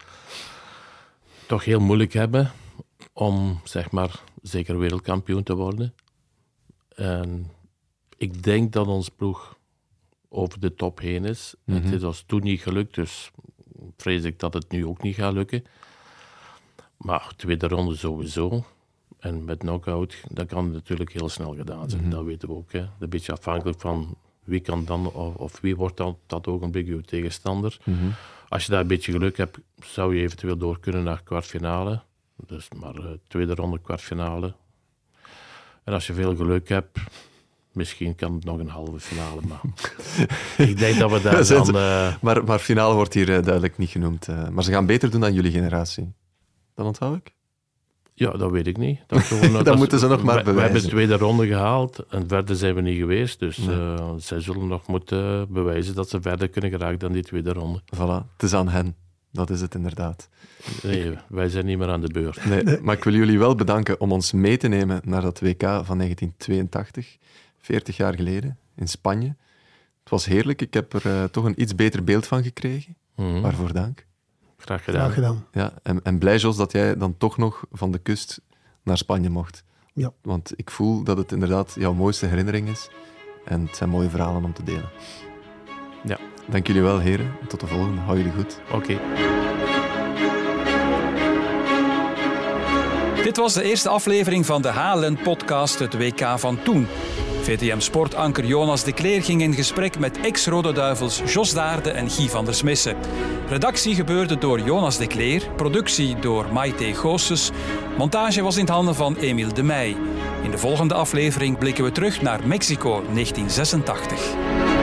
toch heel moeilijk hebben om, zeg maar, zeker wereldkampioen te worden. En ik denk dat ons ploeg over de top heen is. Mm-hmm. Het is ons toen niet gelukt, dus vrees ik dat het nu ook niet gaat lukken. Maar tweede ronde sowieso. En met knock-out, dat kan natuurlijk heel snel gedaan zijn. Mm-hmm. Dat weten we ook. Hè. Een beetje afhankelijk van wie kan dan, of, of wie wordt dan op dat ogenblik uw tegenstander. Mm-hmm. Als je daar een beetje geluk hebt, zou je eventueel door kunnen naar kwartfinale. Dus maar uh, tweede ronde, kwartfinale. En als je veel geluk hebt, misschien kan het nog een halve finale. Maar ik denk dat we daar dan... Uh... Maar, maar finale wordt hier uh, duidelijk niet genoemd. Uh, maar ze gaan beter doen dan jullie generatie. Dat onthoud ik? Ja, dat weet ik niet. Dat, gewoon, dat dat moeten ze nog maar we, bewijzen. We hebben de tweede ronde gehaald en verder zijn we niet geweest. Dus nee. uh, zij zullen nog moeten bewijzen dat ze verder kunnen geraken dan die tweede ronde. Voilà, het is aan hen. Dat is het inderdaad. Nee, wij zijn niet meer aan de beurt. Nee, nee. Maar ik wil jullie wel bedanken om ons mee te nemen naar dat W K van negentien tweeëntachtig, veertig jaar geleden, in Spanje. Het was heerlijk. Ik heb er uh, toch een iets beter beeld van gekregen. Mm-hmm. Waarvoor dank. Graag gedaan. Graag gedaan. Ja, en, en blij, Jos, dat jij dan toch nog van de kust naar Spanje mocht. Ja. Want ik voel dat het inderdaad jouw mooiste herinnering is. En het zijn mooie verhalen om te delen. Ja. Dank jullie wel, heren. Tot de volgende. Hou jullie goed. Oké. Okay. Dit was de eerste aflevering van de H L N-podcast Het W K van Toen. V T M-sportanker Jonas de Cleer ging in gesprek met ex-Rode Duivels Jos Daerde en Guy van der Smissen. Redactie gebeurde door Jonas de Cleer, productie door Maite Goossens, montage was in handen van Emiel de Meij. In de volgende aflevering blikken we terug naar Mexico negentien zesentachtig.